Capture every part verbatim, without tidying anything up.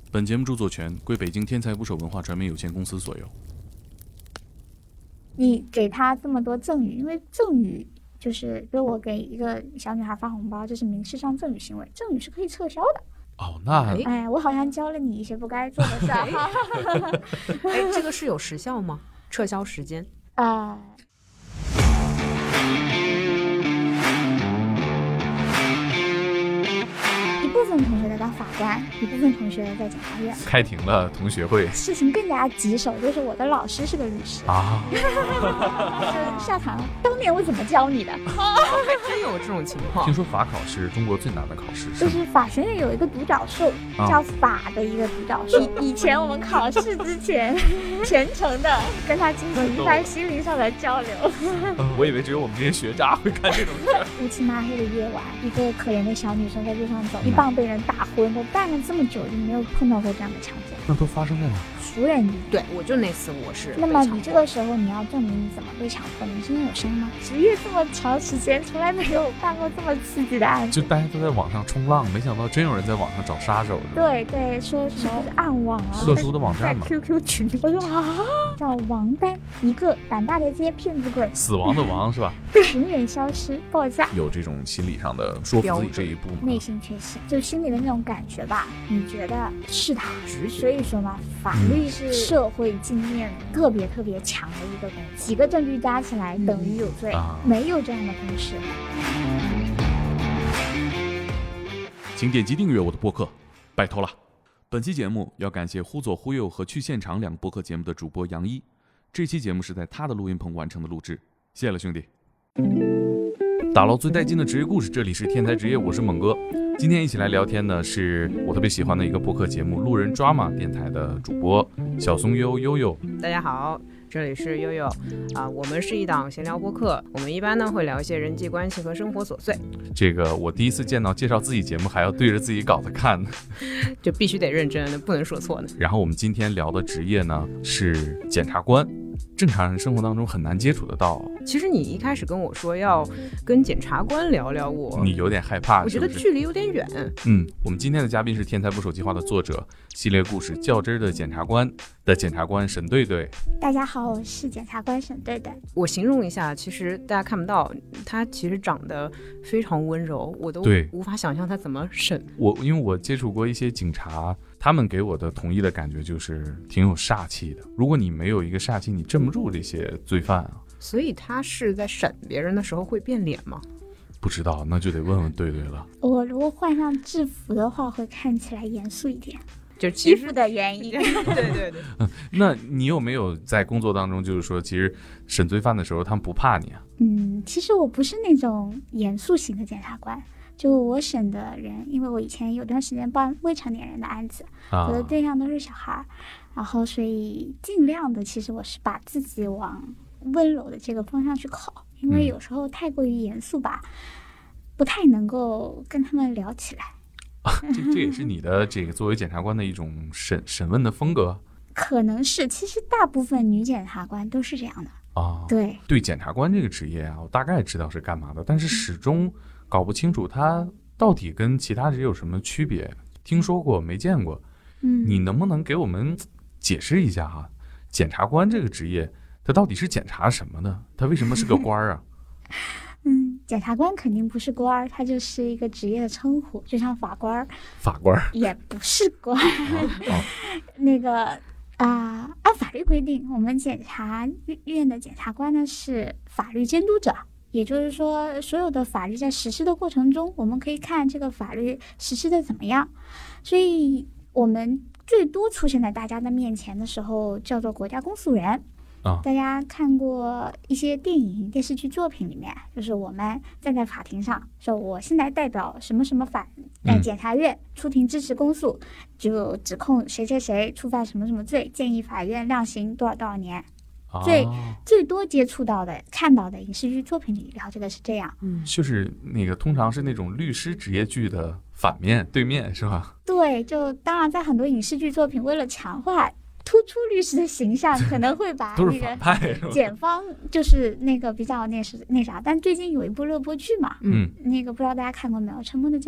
本节目著作权归北京天才捕手文化传媒有限公司所有。 你给他这么多赠与，因为赠与就是比如我给一个小女孩发红包，这是民事上赠与行为，赠与是可以撤销的。 哦，那哎，我好像教了你一些不该做的事儿哈。 哎，这个是有时效吗？撤销时间？ 啊、一部分同学在当法官，一部分同学在检察院。 开庭了，同学会事情更加棘手，就是我的老师是个律师啊， 就是下堂，当年我怎么教你的？ 还真有这种情况。 听说法考是中国最难的考试， 就是法学院有一个独角兽， 啊、 叫法的一个独角兽。以前我们考试之前，全程的跟他进行一番心灵上的交流。 呃、我以为只有我们这些学渣会干这种事。 乌漆嘛黑的夜晚，一个可怜的小女生在路上走，一棒被人打昏。我干了这么久，就没有碰到过这样的强奸。 那都发生在哪？ 熟人局。 对，我就那次我是。 那么你这个时候你要证明你怎么被强迫，你真的有伤吗？职业这么长时间，从来没有办过这么刺激的案子。 就大家都在网上冲浪，没想到真有人在网上找杀手。 对对，说什么暗网啊， 涉足的网站嘛。 在 Q Q 群，我说啊，叫王丹，一个胆大的街骗子鬼， 死亡的亡是吧？ 永远消失，爆炸。 有这种心理上的说服自己这一步吗？ 内心缺陷，就心里的那种感觉吧，你觉得是他？所以说嘛，法律是社会经验特别特别强的一个东西，几个证据加起来等于有罪，嗯啊、没有这样的公式。 请点击订阅我的播客，拜托了。本期节目要感谢忽左忽右和去现场两个播客节目的主播杨一，这期节目是在他的录音棚完成的录制，谢了兄弟。打捞最带劲的职业故事，这里是天才职业，我是猛哥。今天一起来聊天呢，是我特别喜欢的一个播客节目路人 Drama 电台的主播小松悠悠悠。 大家好，这里是悠悠啊，我们是一档闲聊播客，我们一般呢会聊一些人际关系和生活琐碎。 这个我第一次见到介绍自己节目还要对着自己稿子看呢， 就必须得认真，不能说错呢。 然后我们今天聊的职业呢是检察官，正常人生活当中很难接触得到。 其实你一开始跟我说要跟检察官聊聊我， 你有点害怕， 我觉得距离有点远。 嗯，我们今天的嘉宾是天才捕手计划的作者，系列故事较真的检察官的检察官沈队队。 大家好，我是检察官沈队队。 我形容一下，其实大家看不到，他其实长得非常温柔，我都无法想象他怎么审。 我因为我接触过一些警察，他们给我的统一的感觉就是挺有煞气的。如果你没有一个煞气，你镇不住这些罪犯啊。 所以他是在审别人的时候会变脸吗？ 不知道，那就得问问队队了。 我如果换上制服的话，会看起来严肃一点， 就衣服的原因。 对对对。 嗯，那你有没有在工作当中，就是说，其实审罪犯的时候，他们不怕你啊？ 嗯，其实我不是那种严肃型的检察官。就我审的人，因为我以前有段时间办未成年人的案子，啊、我的对象都是小孩，然后所以尽量的，其实我是把自己往温柔的这个方向去靠，因为有时候太过于严肃吧，嗯、不太能够跟他们聊起来。 啊、这这也是你的这个作为检察官的一种审审问的风格？ 可能是，其实大部分女检察官都是这样的啊。 对对， 检察官这个职业啊，我大概知道是干嘛的，但是始终搞不清楚它到底跟其他职业有什么区别。听说过没见过，嗯，你能不能给我们解释一下哈？检察官这个职业，它到底是检察什么呢？它为什么是个官啊？ 嗯，检察官肯定不是官，它就是一个职业的称呼，就像法官， 法官也不是官。哦哦、那个啊、呃，按法律规定，我们检察院的检察官呢是法律监督者。也就是说，所有的法律在实施的过程中，我们可以看这个法律实施的怎么样。所以我们最多出现在大家的面前的时候，叫做国家公诉人。啊、大家看过一些电影、电视剧作品里面，就是我们站在法庭上，说我现在代表什么什么法呃检察院出庭支持公诉，就指控谁谁谁触犯什么什么罪，建议法院量刑多少多少年。最、哦、最多接触到的看到的影视剧作品里聊这个是这样， 嗯，就是那个通常是那种律师职业剧的反面对面是吧？ 对，就当然在很多影视剧作品为了强化突出律师的形象，可能会把那个检方就是那个比较那是那啥，但最近有一部热播剧嘛，嗯，那个不知道大家看过没有，《沉默的真相》。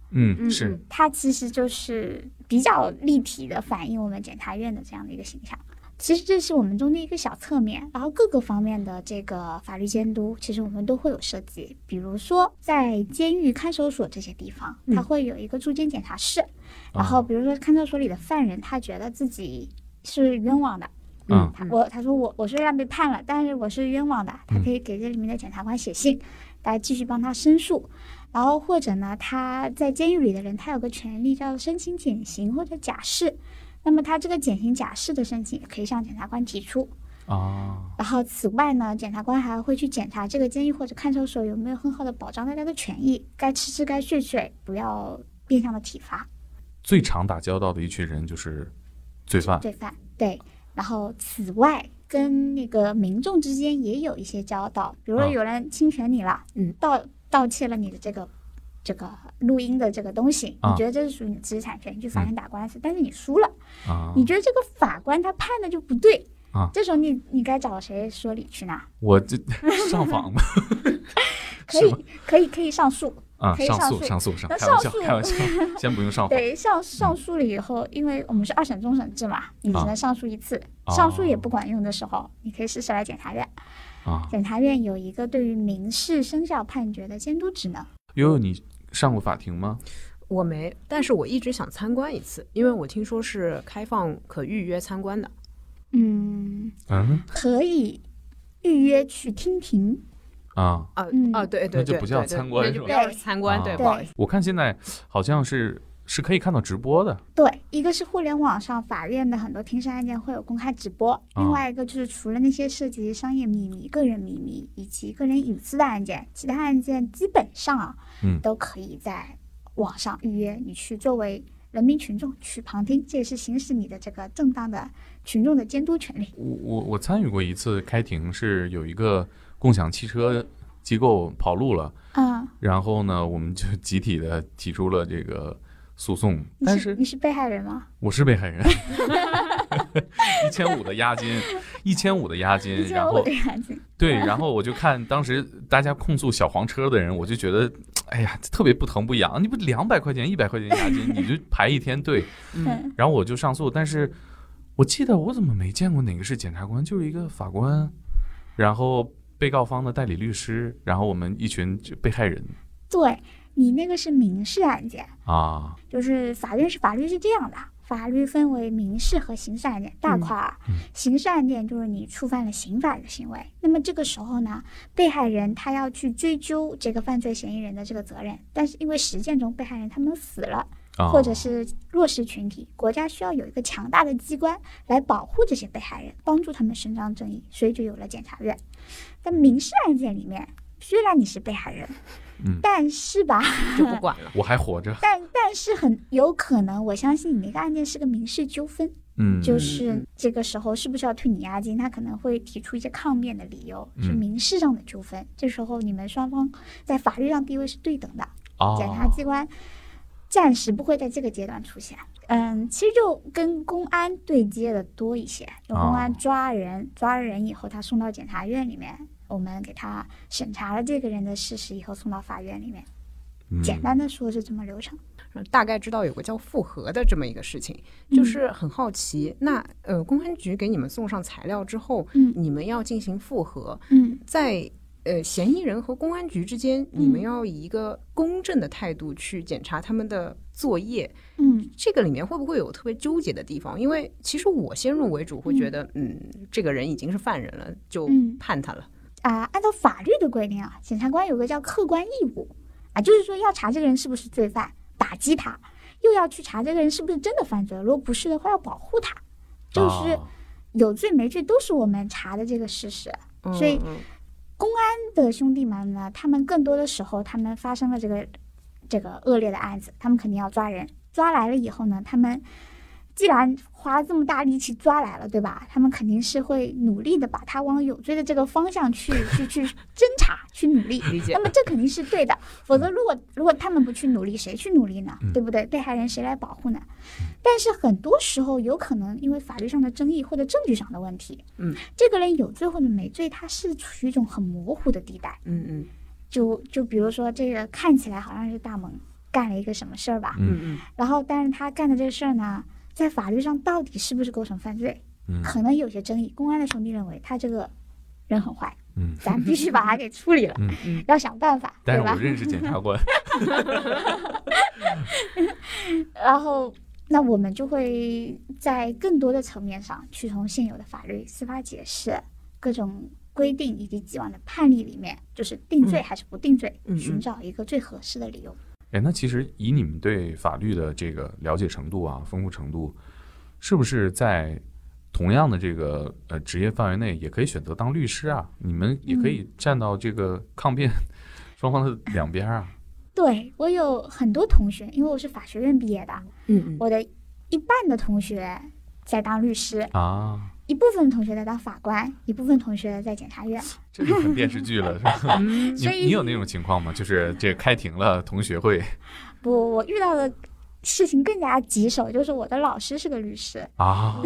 嗯，是， 它其实就是比较立体的反映我们检察院的这样的一个形象。其实这是我们中的一个小侧面，然后各个方面的这个法律监督，其实我们都会有涉及。比如说在监狱、看守所这些地方，它会有一个驻监检察室。嗯、然后比如说看守所里的犯人，他觉得自己是冤枉的，嗯，他我他说我我虽然被判了，但是我是冤枉的，他可以给这里面的检察官写信，来继续帮他申诉。然后或者呢，他在监狱里的人，他有个权利叫申请减刑或者假释。那么他这个减刑假释的申请也可以向检察官提出啊。 然后此外呢，检察官还会去检查这个监狱或者看守所有没有很好的保障大家的权益，该吃吃该睡睡，不要变相的体罚。 最常打交道的一群人就是罪犯。 罪犯，对。然后此外跟那个民众之间也有一些交道，比如说有人侵权你了，啊、嗯，盗盗窃了你的这个。这个录音的这个东西，你觉得这是属于你的知识产权，你去法院打官司，嗯、但是你输了，啊、你觉得这个法官他判的就不对，啊、这时候你你该找谁说理去呢？ 我这上访吧， 可以可以可以上诉啊， 可以上诉上诉上， 开玩笑开玩笑，先不用上访。 对，上上诉了以后，嗯、因为我们是二审终审制嘛，你只能上诉一次，啊、上诉也不管用的时候，你可以试试来检察院。啊，检察院有一个对于民事生效判决的监督职能。 悠悠，你上过法庭吗？ 我没，但是我一直想参观一次，因为我听说是开放可预约参观的。 嗯嗯， 可以预约去听庭。 啊啊啊！对对对， 那就不叫参观是吧？ 不要参观，对，不好意思。 我看现在好像是是可以看到直播的。 对，一个是互联网上法院的很多庭审案件会有公开直播，啊、另外一个就是除了那些涉及商业秘密、个人秘密以及个人隐私的案件，其他案件基本上啊，嗯，都可以在网上预约，你去作为人民群众去旁听，这也是行使你的这个正当的群众的监督权利。 我我我参与过一次开庭，是有一个共享汽车机构跑路了，嗯，然后呢，我们就集体的提出了这个诉讼。但是你是被害人吗？ 我是被害人。一千五的押金，一千五的押金，然后对，然后我就看当时大家控诉小黄车的人，我就觉得，哎呀，特别不疼不痒。你不两百块钱、一百块钱押金，你就排一天队，嗯，然后我就上诉，但是我记得我怎么没见过哪个是检察官，就是一个法官，然后被告方的代理律师，然后我们一群被害人。 对，你那个是民事案件啊， 就是法院是法律是这样的。法律分为民事和刑事案件，大块啊。嗯嗯、刑事案件就是你触犯了刑法的行为，那么这个时候呢，被害人他要去追究这个犯罪嫌疑人的这个责任，但是因为实践中被害人他们死了，哦、或者是弱势群体，国家需要有一个强大的机关来保护这些被害人，帮助他们伸张正义，所以就有了检察院。在民事案件里面，虽然你是被害人。嗯、但是吧， 就不管了， 我还活着。 但但是很有可能，我相信你那个案件是个民事纠纷，嗯，就是这个时候是不是要退你押金，他可能会提出一些抗辩的理由，嗯、是民事上的纠纷。这时候你们双方在法律上地位是对等的，哦、检察机关暂时不会在这个阶段出现。嗯，其实就跟公安对接的多一些，就公安抓人，哦、抓了人以后，他送到检察院里面。我们给他审查了这个人的事实以后送到法院里面，嗯、简单的说是这么流程。 大概知道有个叫复核的这么一个事情，就是很好奇，嗯、那呃公安局给你们送上材料之后，嗯、你们要进行复核，嗯、在呃嫌疑人和公安局之间，你们要以一个公正的态度去检查他们的作业，嗯，这个里面会不会有特别纠结的地方？因为其实我先入为主会觉得，嗯，嗯这个人已经是犯人了，就判他了。 啊、呃，按照法律的规定啊，检察官有个叫客观义务啊，就是说要查这个人是不是罪犯，打击他，又要去查这个人是不是真的犯罪，如果不是的话要保护他，就是有罪没罪都是我们查的这个事实。哦、所以公安的兄弟们呢，他们更多的时候他们发生了这个这个恶劣的案子，他们肯定要抓人，抓来了以后呢，他们既然花了这么大力气抓来了，对吧？他们肯定是会努力的把他往有罪的这个方向去去去侦查，去努力。 理解。 那么这肯定是对的，否则如果如果他们不去努力，谁去努力呢？嗯、对不对？被害人谁来保护呢？但是很多时候有可能因为法律上的争议或者证据上的问题，嗯，这个人有罪或者没罪，他是处于一种很模糊的地带。 嗯嗯。 就就比如说这个看起来好像是大萌。 干了一个什么事儿吧， 嗯嗯然后但是他干的这个事儿呢，在法律上到底是不是构成犯罪， 嗯可能有些争议。公安的兄弟认为他这个人很坏， 嗯， 咱必须把他给处理了， 嗯嗯要想办法，对吧？ 但是我认识检察官， 然后，那我们就会在更多的层面上去从现有的法律、司法解释、各种规定以及既往的判例里面，就是定罪还是不定罪， 嗯嗯寻找一个最合适的理由。 哎，那其实以你们对法律的这个了解程度啊、丰富程度，是不是在同样的这个呃职业范围内，也可以选择当律师啊？你们也可以站到这个抗辩双方的两边啊？ 对，我有很多同学，因为我是法学院毕业的， 嗯嗯， 我的一半的同学在当律师， 啊， 一部分同学在当法官，一部分同学在检察院。 这就很电视剧了，是吧？你所以你有那种情况吗？就是这开庭了，同学会不，我遇到的事情更加棘手，就是我的老师是个律师， 啊，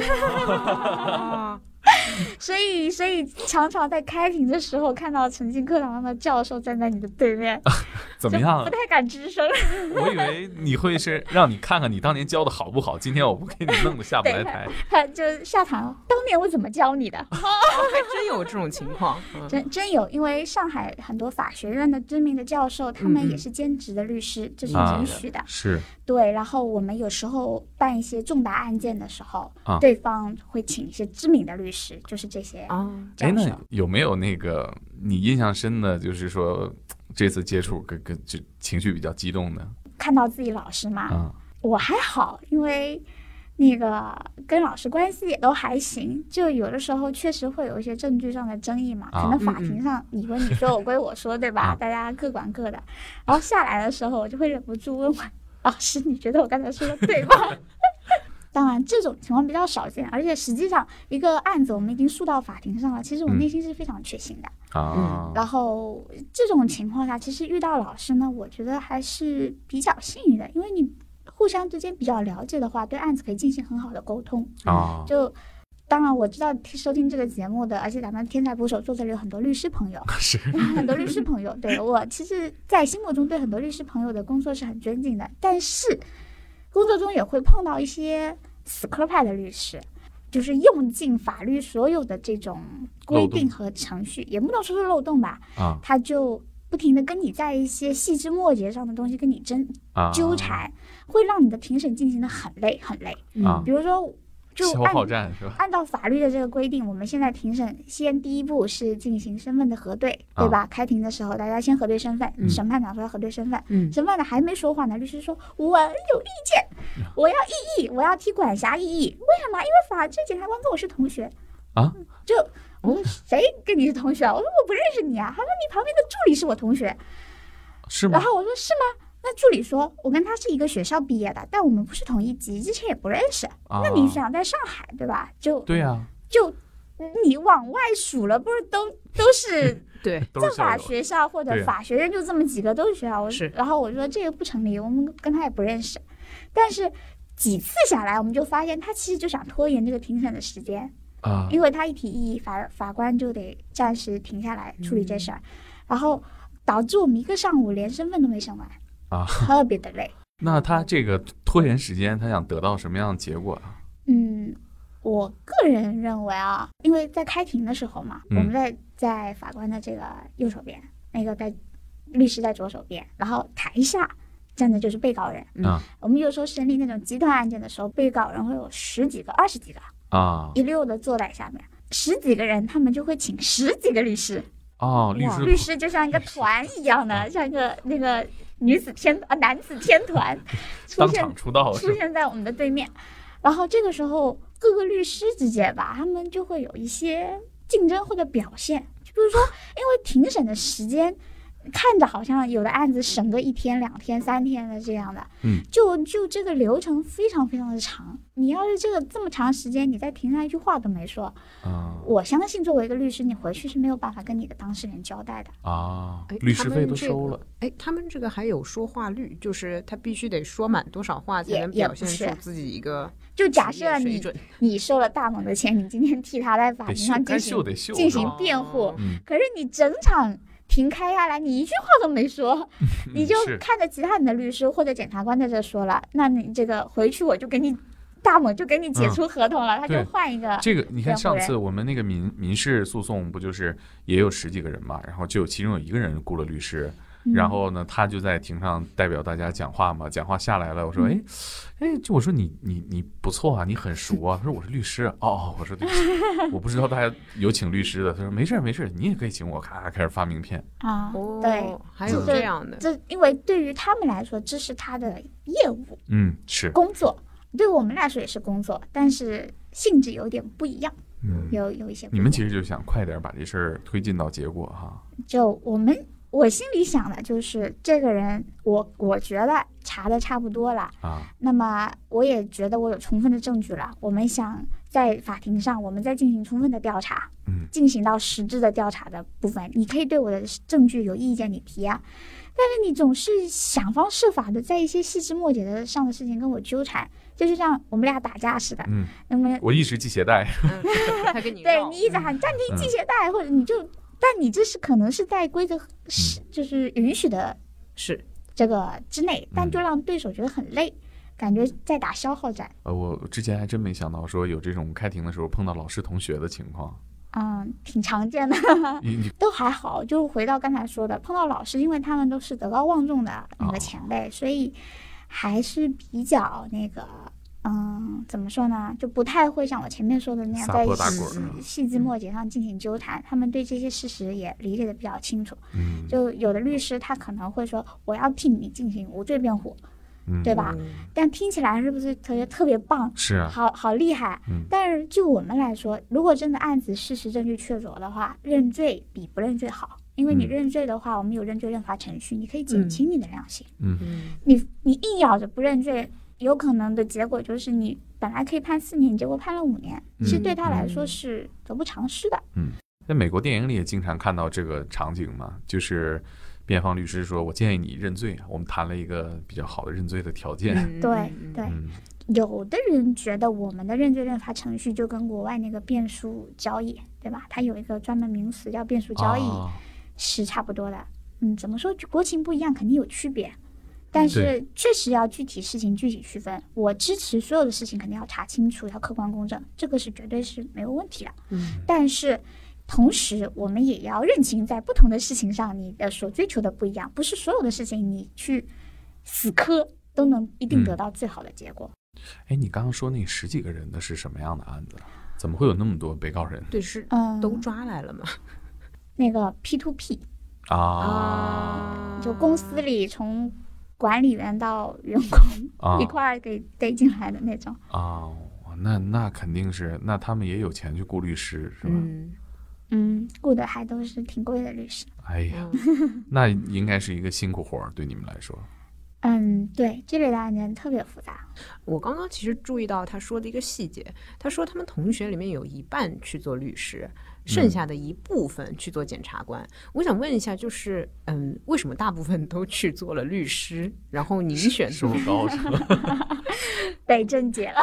所以所以常常在开庭的时候看到曾经课堂上的教授站在你的对面， 怎么样不？太敢吱声。 我以为你会是让你看看你当年教的好不好，今天我不给你弄得下不来台。 他就下堂了，当年我怎么教你的？ 还真有这种情况，嗯真真有，因为上海很多法学院的知名的教授，他们也是兼职的律师，这是允许的。 是对，然后我们有时候办一些重大案件的时候， 啊对方会请一些知名的律师，就是这些啊， 哎， 教授。 那有没有那个你印象深的，就是说这次接触跟跟就情绪比较激动的看到自己老师嘛， 啊？ 我还好，因为那个跟老师关系也都还行，就有的时候确实会有一些证据上的争议嘛， 啊可能法庭上你说你说我归我说，对吧？ 啊大家各管各的，然后下来的时候我就会忍不住问问老师，你觉得我刚才说的对吗？当然，这种情况比较少见，而且实际上一个案子我们已经诉到法庭上了，其实我内心是非常确信的。 啊， 然后这种情况下，其实遇到老师呢，我觉得还是比较幸运的，因为你互相之间比较了解的话，对案子可以进行很好的沟通。 啊， 就当然我知道收听这个节目的，而且咱们天才捕手坐这里有很多律师朋友， 是很多律师朋友，对我其实，在心目中对很多律师朋友的工作是很尊敬的，但是工作中也会碰到一些死磕派的律师。就是用尽法律所有的这种规定和程序，也不能说是漏洞吧， 啊他就不停的跟你在一些细枝末节上的东西跟你争啊纠缠，会让你的庭审进行的很累很累。 啊比如说，就消按耗战是吧？ 按照法律的这个规定，我们现在庭审先第一步是进行身份的核对，对吧？开庭的时候大家先核对身份， 嗯审判长说要核对身份， 嗯审判长还没说话呢，律师说我有意见，我要异议，我要提管辖异议。为什么？因为法制检察官跟我是同学啊， 就我说谁跟你是同学啊？我说我不认识你啊。他说你旁边的助理是我同学， 是吗然？后我说是吗？那助理说，我跟他是一个学校毕业的，但我们不是同一级，之前也不认识。 啊那你想在上海，对吧？就对呀， 就你往外数了，不是都都是对， 都政法是校友学校或者对法学院就这么几个都是学校。我是然后我说这个不成立，我们跟他也不认识。但是几次下来，我们就发现他其实就想拖延这个庭审的时间， 啊因为他一提异议，法法官就得暂时停下来处理这事儿，然后导致我们一个上午连身份都没审完。 啊， 特别的累。 那他这个拖延时间，他想得到什么样的结果啊？ 嗯，我个人认为啊，因为在开庭的时候嘛， 嗯我们在在法官的这个右手边，那个在律师在左手边，然后台下站的就是被告人。 嗯啊我们有时候审理那种集团案件的时候，被告人会有十几个、二十几个， 啊一溜的坐在下面，十几个人，他们就会请十几个律师。 哦，律哇师律师就像一个团一样的，像一个那个女子天啊男子天团出当现场出道是出吧？ 现在我们的对面。然后这个时候，各个律师之间吧，他们就会有一些竞争或者表现，就比如说，因为庭审的时间看着好像有的案子审个一天、两天、三天的这样的， 嗯， 就就这个流程非常非常的长。你要是这个这么长时间，你在庭上一句话都没说， 啊我相信作为一个律师，你回去是没有办法跟你的当事人交代的。 啊哎， 律师费都他们这个收了哎，他们这个还有说话率，就是他必须得说满多少话才也能表现也不是出自己一个就假职业设你水准你收了大猛的钱，你今天替他在法得秀， 庭上进该秀行得秀， 进是吧行辩护， 哦嗯可是你整场庭开下来，你一句话都没说，你就看着其他人的律师或者检察官在这说了，那你这个回去我就给你大猛就给你解除合同了，嗯、他就换一个。 这个你看上次我们那个民民事诉讼不就是也有十几个人嘛，然后就有其中有一个人雇了律师。然后呢，他就在庭上代表大家讲话嘛，讲话下来了，我说，哎，哎，就我说你你你不错啊，你很熟啊。他说我是律师啊，哦，我说对不起，我不知道大家有请律师的。他说没事没事，你也可以请我。咔，开始发名片啊，对， 还有这样的。 这因为对于他们来说，这是他的业务， 嗯，是工作，对我们来说也是工作，但是性质有点不一样， 嗯， 有有一些不一样。 你们其实就想快点把这事儿推进到结果哈。 就我们。我心里想的就是这个人我我觉得查的差不多了啊，那么我也觉得我有充分的证据了，我们想在法庭上我们再进行充分的调查，嗯，进行到实质的调查的部分，你可以对我的证据有意见你提啊，但是你总是想方设法的在一些细枝末节的上的事情跟我纠缠，就就像我们俩打架似的， 嗯， 那么我一直系鞋带， 他跟你对你一直喊暂停系鞋带，嗯、或者你就。但你这是可能是在规则是就是允许的， 是这个之内，但就让对手觉得很累，感觉在打消耗战。 呃，我之前还真没想到说有这种开庭的时候碰到老师同学的情况。 嗯，挺常见的，都还好。就回到刚才说的，碰到老师，因为他们都是德高望重的那个前辈，哦、所以还是比较那个。嗯，怎么说呢？就不太会像我前面说的那样在细枝末节上进行纠缠。他们对这些事实也理解的比较清楚。嗯，就有的律师他可能会说，我要替你进行无罪辩护，嗯、对吧？但听起来是不是特别特别棒？ 是啊， 好好厉害。嗯、但是就我们来说，如果真的案子事实证据确凿的话，认罪比不认罪好。因为你认罪的话，嗯、我们有认罪认罚程序，你可以减轻你的量刑。嗯，你你硬咬着不认罪。有可能的结果就是你本来可以判四年，结果判了五年，其实对他来说是得不偿失的。 嗯，在美国电影里也经常看到这个场景嘛，就是辩方律师说：“我建议你认罪。”我们谈了一个比较好的认罪的条件。 嗯、对对、嗯，有的人觉得我们的认罪认罚程序就跟国外那个辩诉交易，对吧？它有一个专门名词叫辩诉交易，哦、是差不多的。嗯，怎么说？国情不一样，肯定有区别。但是确实要具体事情具体区分，我支持所有的事情肯定要查清楚，要客观公正，这个是绝对是没有问题的。嗯，但是同时我们也要认清，在不同的事情上，你的所追求的不一样，不是所有的事情你去死磕都能一定得到最好的结果。 哎、嗯，你刚刚说那十几个人的是什么样的案子？怎么会有那么多被告人？ 对，是都抓来了吗？ 嗯、那个 P to P 啊，就公司里从管理员到员工、啊、一块儿给逮进来的那种啊，那那肯定是，那他们也有钱去雇律师是吧？ 嗯嗯，雇的还都是挺贵的律师。 哎呀，那应该是一个辛苦活儿，对你们来说。 嗯，对，这类的案件特别复杂。 我刚刚其实注意到他说的一个细节，他说他们同学里面有一半去做律师，剩下的一部分去做检察官。嗯、我想问一下，就是嗯，为什么大部分都去做了律师，然后您选择高是吧？ 被症结了。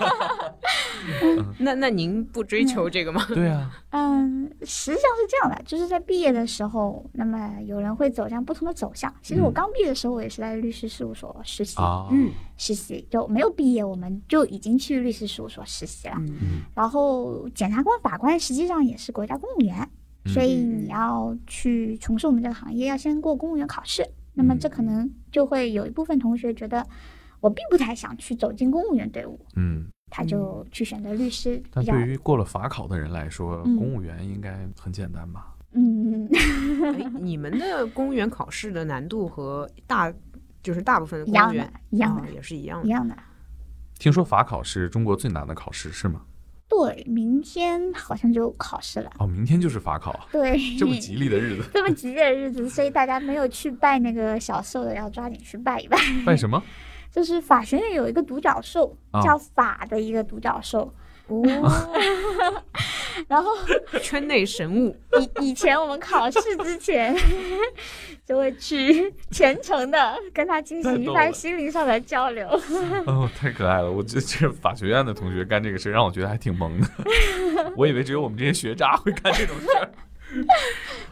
那那您不追求这个吗？ 嗯、对啊。 嗯，实际上是这样的，就是在毕业的时候，那么有人会走向不同的走向。其实我刚毕业的时候，我也是在律师事务所实习， 嗯、 嗯，实习就没有毕业，我们就已经去律师事务所实习了。嗯、然后检察官、法官实际上也是国家公务员，嗯、所以你要去从事我们这个行业，要先过公务员考试。那么这可能就会有一部分同学觉得，我并不太想去走进公务员队伍，嗯，他就去选择律师。 但对于过了法考的人来说，嗯、公务员应该很简单吧？ 嗯， 哎，你们的公务员考试的难度和大就是大部分的公务员一样的，一样的、 哦、也是一样的， 一样的。 听说法考是中国最难的考试，是吗？ 对，明天好像就考试了。 哦，明天就是法考。 对， 这么吉利的日子， 这么吉利的日子，所以大家没有去拜那个小寿的，要抓紧去拜一拜。 拜什么？ 就是法学院有一个独角兽，哦、叫法的一个独角兽。哦，然后圈内神物。 以以前我们考试之前就会去虔诚的跟他进行一番心灵上的交流。 哦，太可爱了！我觉得这法学院的同学干这个事让我觉得还挺萌的。我以为只有我们这些学渣会干这种事儿。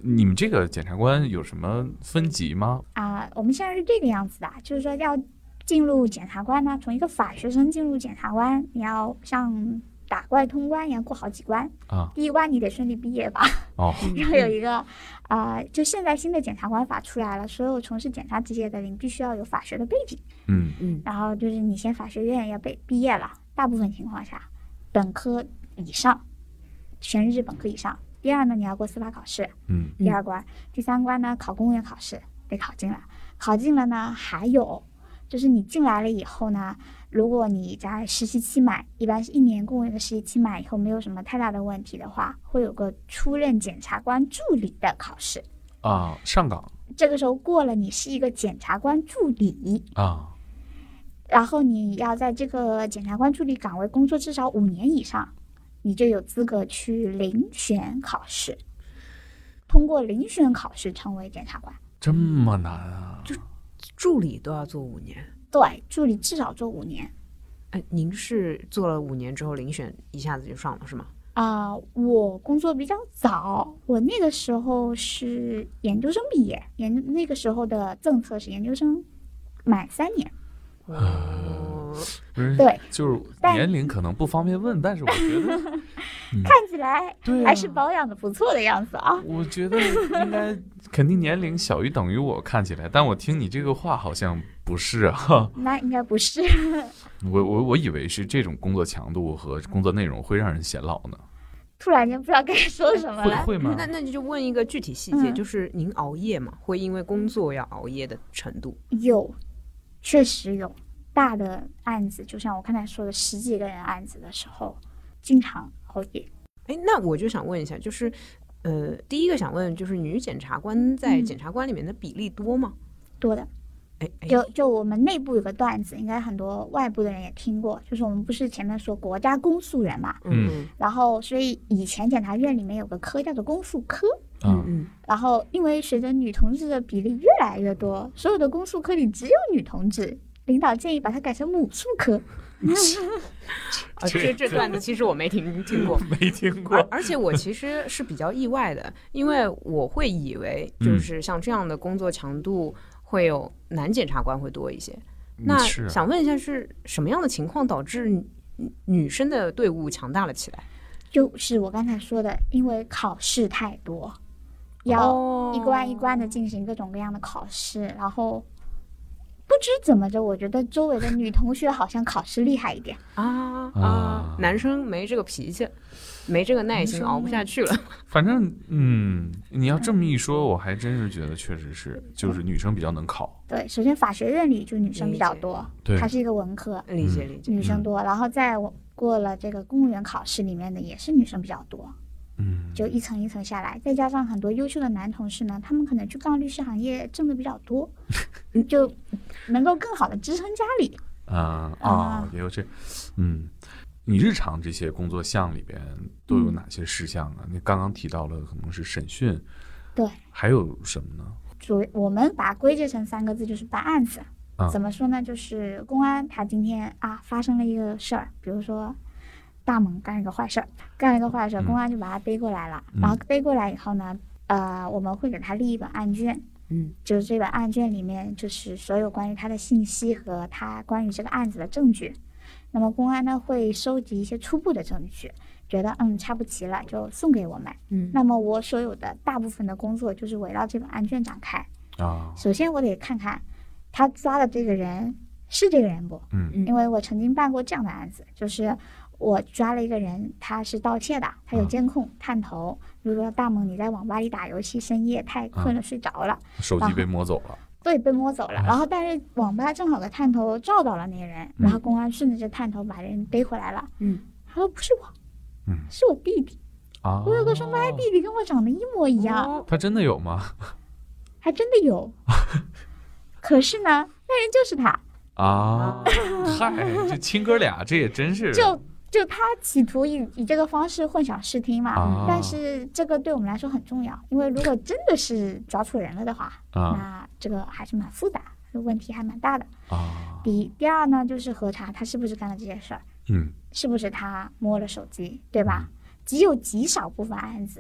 你们这个检察官有什么分级吗？ 啊、呃，我们现在是这个样子的，就是说要进入检察官呢，从一个法学生进入检察官，你要像打怪通关一样过好几关啊。 第一关你得顺利毕业吧。 哦。 然后有一个啊、呃，就现在新的检察官法出来了，所有从事检察职业的人必须要有法学的背景。 嗯嗯。然后就是你先法学院要被毕业了，大部分情况下本科以上，全日制本科以上。第二呢，你要过司法考试。 嗯。 第二关，第三关呢，考公务员考试得考进了。考进了呢，还有就是你进来了以后呢，如果你在实习期满，一般是一年公务员的实习期满以后没有什么太大的问题的话，会有个出任检察官助理的考试啊，上岗。 这个时候过了，你是一个检察官助理啊， 然后你要在这个检察官助理岗位工作至少五年以上，你就有资格去遴选考试，通过遴选考试成为检察官。 这么难啊？ 就助理都要做五年？ 对，助理至少做五年。 哎，您是做了五年之后遴选一下子就上了是吗？ 啊、呃，我工作比较早，我那个时候是研究生毕业，研那个时候的政策是研究生满三年。 呃，不是， 对， 就是年龄可能不方便问，但是我觉得、 嗯、看起来还是保养的不错的样子啊。 我觉得应该肯定年龄小于等于我看起来，但我听你这个话好像不是啊。 那应该不是。 我我我以为是这种工作强度和工作内容会让人显老呢。 突然间不知道该说什么了。 会会吗？ 那那你就问一个具体细节、嗯，就是您熬夜吗？会因为工作要熬夜的程度？ 有。确实有大的案子，就像我刚才说的十几个人案子的时候，经常熬夜。 哎，那我就想问一下，就是，呃，第一个想问就是女检察官在检察官里面的比例多吗？ 嗯、多的。 哎， 就就我们内部有个段子，应该很多外部的人也听过，就是我们不是前面说国家公诉人嘛， 嗯， 然后所以以前检察院里面有个科叫做公诉科。 嗯嗯， 然后因为随着女同志的比例越来越多，所有的公诉科里只有女同志，领导建议把它改成母诉科。 啊，这这段子其实我没听听过， 没听过。 而, 而且我其实是比较意外的，因为我会以为就是像这样的工作强度会有男检察官会多一些。 嗯、 那想问一下，是什么样的情况导致女生的队伍强大了起来？ 就是我刚才说的，因为考试太多。要一关一关的进行各种各样的考试，然后不知怎么着，我觉得周围的女同学好像考试厉害一点啊啊！男生没这个脾气，没这个耐心，熬不下去了。 反正嗯，你要这么一说，我还真是觉得确实是，就是女生比较能考。 对，首先法学院里就女生比较多， 对， 它是一个文科， 理解理解， 女生多。然后在我过了这个公务员考试里面的也是女生比较多。 嗯， 就一层一层下来，再加上很多优秀的男同事呢，他们可能去干律师行业挣的比较多，就能够更好的支撑家里。 啊啊，也有这，嗯，你日常这些工作项里边都有哪些事项啊？嗯、你刚刚提到了可能是审讯， 对， 还有什么呢？ 主我们把它归结成三个字，就是办案子。 啊、 怎么说呢？就是公安他今天啊发生了一个事儿，比如说。大猛干了个坏事儿，干了个坏事儿，公安就把他背过来了。 嗯、 然后背过来以后呢，呃，我们会给他立一本案卷， 嗯， 就是这本案卷里面就是所有关于他的信息和他关于这个案子的证据。那么公安呢会收集一些初步的证据，觉得嗯差不齐了就送给我们。 嗯， 那么我所有的大部分的工作就是围绕这本案卷展开。 啊， 首先我得看看他抓的这个人是这个人不？ 嗯， 因为我曾经办过这样的案子，就是。我抓了一个人，他是盗窃的，他有监控、啊、探头。比如说大猛你在网吧里打游戏，深夜太困了、啊、睡着了， 手机被摸走了。 对，被摸走了。然后但是网吧正好个探头照到了那个人， 嗯、 然后公安顺着这探头把人逮回来了。 嗯， 他说不是我， 嗯， 是我弟弟。 啊， 我有个双胞胎弟弟，跟我长得一模一样。 哦、 他真的有吗？ 还真的有。可是呢，那人就是他。 啊，嗨，这亲哥俩，这也真是。 就。就他企图以以这个方式混淆视听嘛、 啊， 但是这个对我们来说很重要，因为如果真的是抓错人了的话， 啊、 那这个还是蛮复杂，问题还蛮大的。 啊， 第一，第二呢，就是核查他是不是干了这件事儿， 嗯， 是不是他摸了手机，对吧？嗯、只有极少部分案子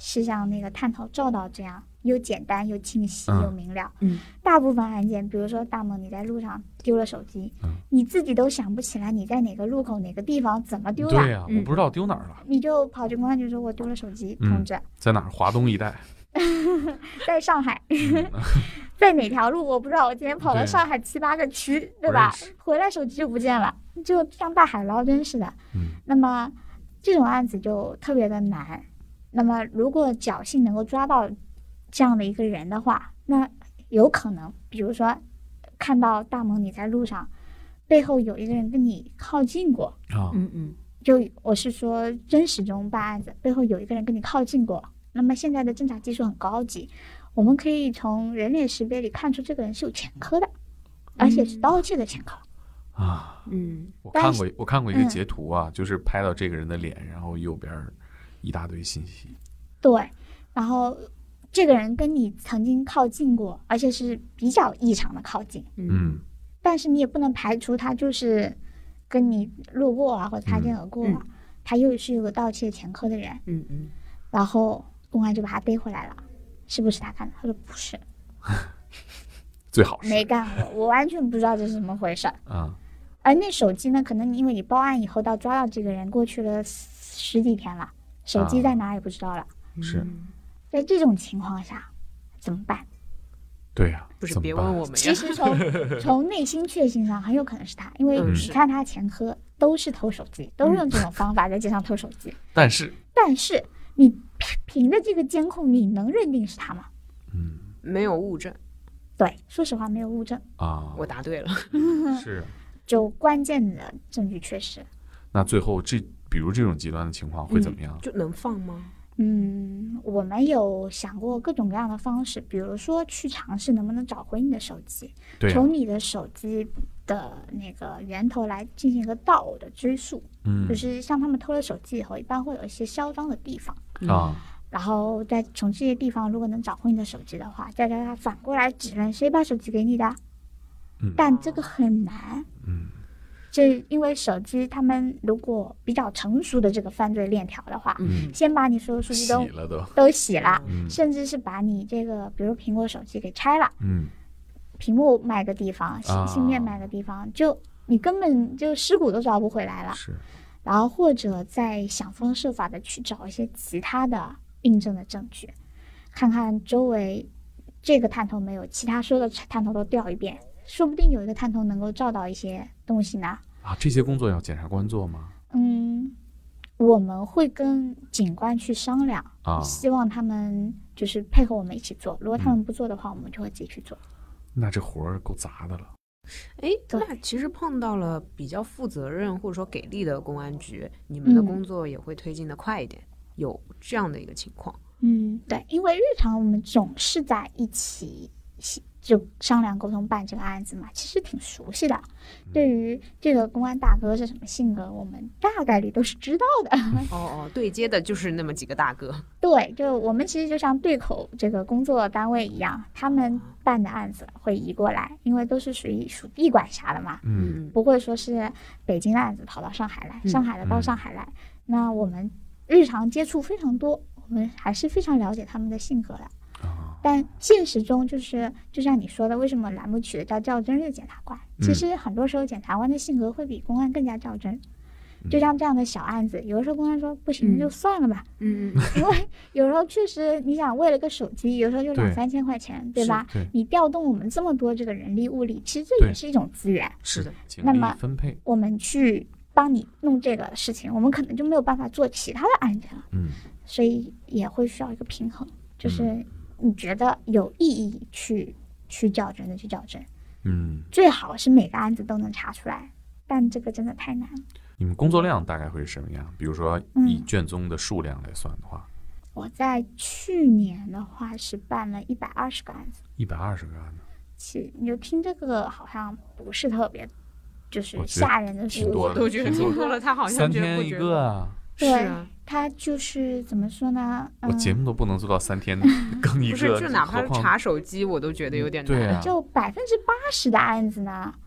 是像那个探头照到这样又简单又清晰又明了。 嗯， 大部分案件，比如说大萌你在路上丢了手机，嗯，你自己都想不起来你在哪个路口哪个地方怎么丢的。 对呀、啊嗯，我不知道丢哪儿了。 你就跑去公安局说我丢了手机，同志、嗯、 在哪儿？华东一带。 在上海。嗯在哪条路我不知道，我今天跑了上海七八个区， 对, 对吧？回来手机就不见了，就像大海捞针似的。 嗯， 那么这种案子就特别的难。那么如果侥幸能够抓到这样的一个人的话，那有可能，比如说看到大萌你在路上，背后有一个人跟你靠近过啊， 嗯嗯， 就我是说真实中办案子，背后有一个人跟你靠近过。那么现在的侦查技术很高级。我们可以从人脸识别里看出这个人是有前科的，而且是盗窃的前科啊。 嗯， 我看过，我看过一个截图啊、嗯，就是拍到这个人的脸，然后右边一大堆信息。 对，然后这个人跟你曾经靠近过，而且是比较异常的靠近。 嗯， 但是你也不能排除他就是跟你路过啊，或者擦肩而过啊， 嗯、 他又是有个盗窃前科的人。 嗯嗯， 然后公安就把他逮回来了。是不是他干的？他说不是， 最好是没干过，我完全不知道这是怎么回事。 啊， 而那手机呢？可能因为你报案以后到抓到这个人过去了十几天了，手机在哪也不知道了。 啊、是， 在这种情况下怎么办？ 对呀、啊， 不是别问我们呀。 其实从从内心确信上，很有可能是他，因为你看他前科都是偷手机，都是用这种方法在街上偷手机。 但是， 但是。你凭着这个监控，你能认定是他吗？ 嗯， 没有物证。 对，说实话没有物证啊。 我答对了。 是， 就关键的证据确实。 那最后这，比如这种极端的情况会怎么样？ 嗯、就能放吗？ 嗯，我们有想过各种各样的方式，比如说去尝试能不能找回你的手机， 对、啊， 从你的手机的那个源头来进行一个盗偶的追溯。 嗯， 就是像他们偷了手机以后，一般会有一些销赃的地方啊， 然后再从这些地方如果能找回你的手机的话，再让他反过来指认谁把手机给你的。 嗯， 但这个很难。 嗯。 这因为手机他们如果比较成熟的这个犯罪链条的话， 嗯， 先把你所有数据都洗了都都洗了， 嗯， 甚至是把你这个比如苹果手机给拆了， 嗯， 屏幕卖个地方，芯芯片卖个地方，啊，就你根本就尸骨都找不回来了。 是， 然后或者再想方设法的去找一些其他的印证的证据，看看周围这个探头没有，其他所有的探头都调一遍。说不定有一个探头能够照到一些东西呢。 啊，这些工作要检察官做吗？ 嗯，我们会跟警官去商量， 啊， 希望他们就是配合我们一起做。如果他们不做的话，嗯，我们就会自己去做。 那这活儿够杂的了。 哎，那其实碰到了比较负责任或者说给力的公安局，你们的工作也会推进的快一点，嗯，有这样的一个情况。 嗯，对，因为日常我们总是在一起就商量沟通办这个案子嘛，其实挺熟悉的。对于这个公安大哥是什么性格，我们大概率都是知道的。 哦哦，对接的就是那么几个大哥。 对，就我们其实就像对口这个工作单位一样，他们办的案子会移过来，因为都是属于属地管辖的嘛， 嗯， 不会说是北京的案子跑到上海来， 嗯， 上海的到上海来，嗯。那我们日常接触非常多，我们还是非常了解他们的性格的。但现实中就是就像你说的，为什么栏目取的叫较真的检察官， 嗯， 其实很多时候检察官的性格会比公安更加较真，嗯，就像这样的小案子，有的时候公安说不行，嗯，就算了吧， 嗯， 因为有时候确实你想为了个手机，有时候就两三千块钱，对吧？ 对， 你调动我们这么多这个人力物力，其实这也是一种资源。 是的， 那么分配我们去帮你弄这个事情，我们可能就没有办法做其他的案件了， 嗯， 所以也会需要一个平衡，就是你觉得有意义去去较真的去较真， 嗯，最好是每个案子都能查出来，但这个真的太难了。 你们工作量大概会是什么样？比如说以卷宗的数量来算的话， 嗯，我在去年的话是办了一百二十个案子， 一百二十个案子， 其实你就听这个好像不是特别，就是吓人的数， 我都觉得挺多了，他好像三天一个啊。 对，啊，他就是怎么说呢？ 我节目都不能做到三天更一个， 不是，就哪怕是查手机，我都觉得有点难。 对啊， 就百分之八十的案子呢，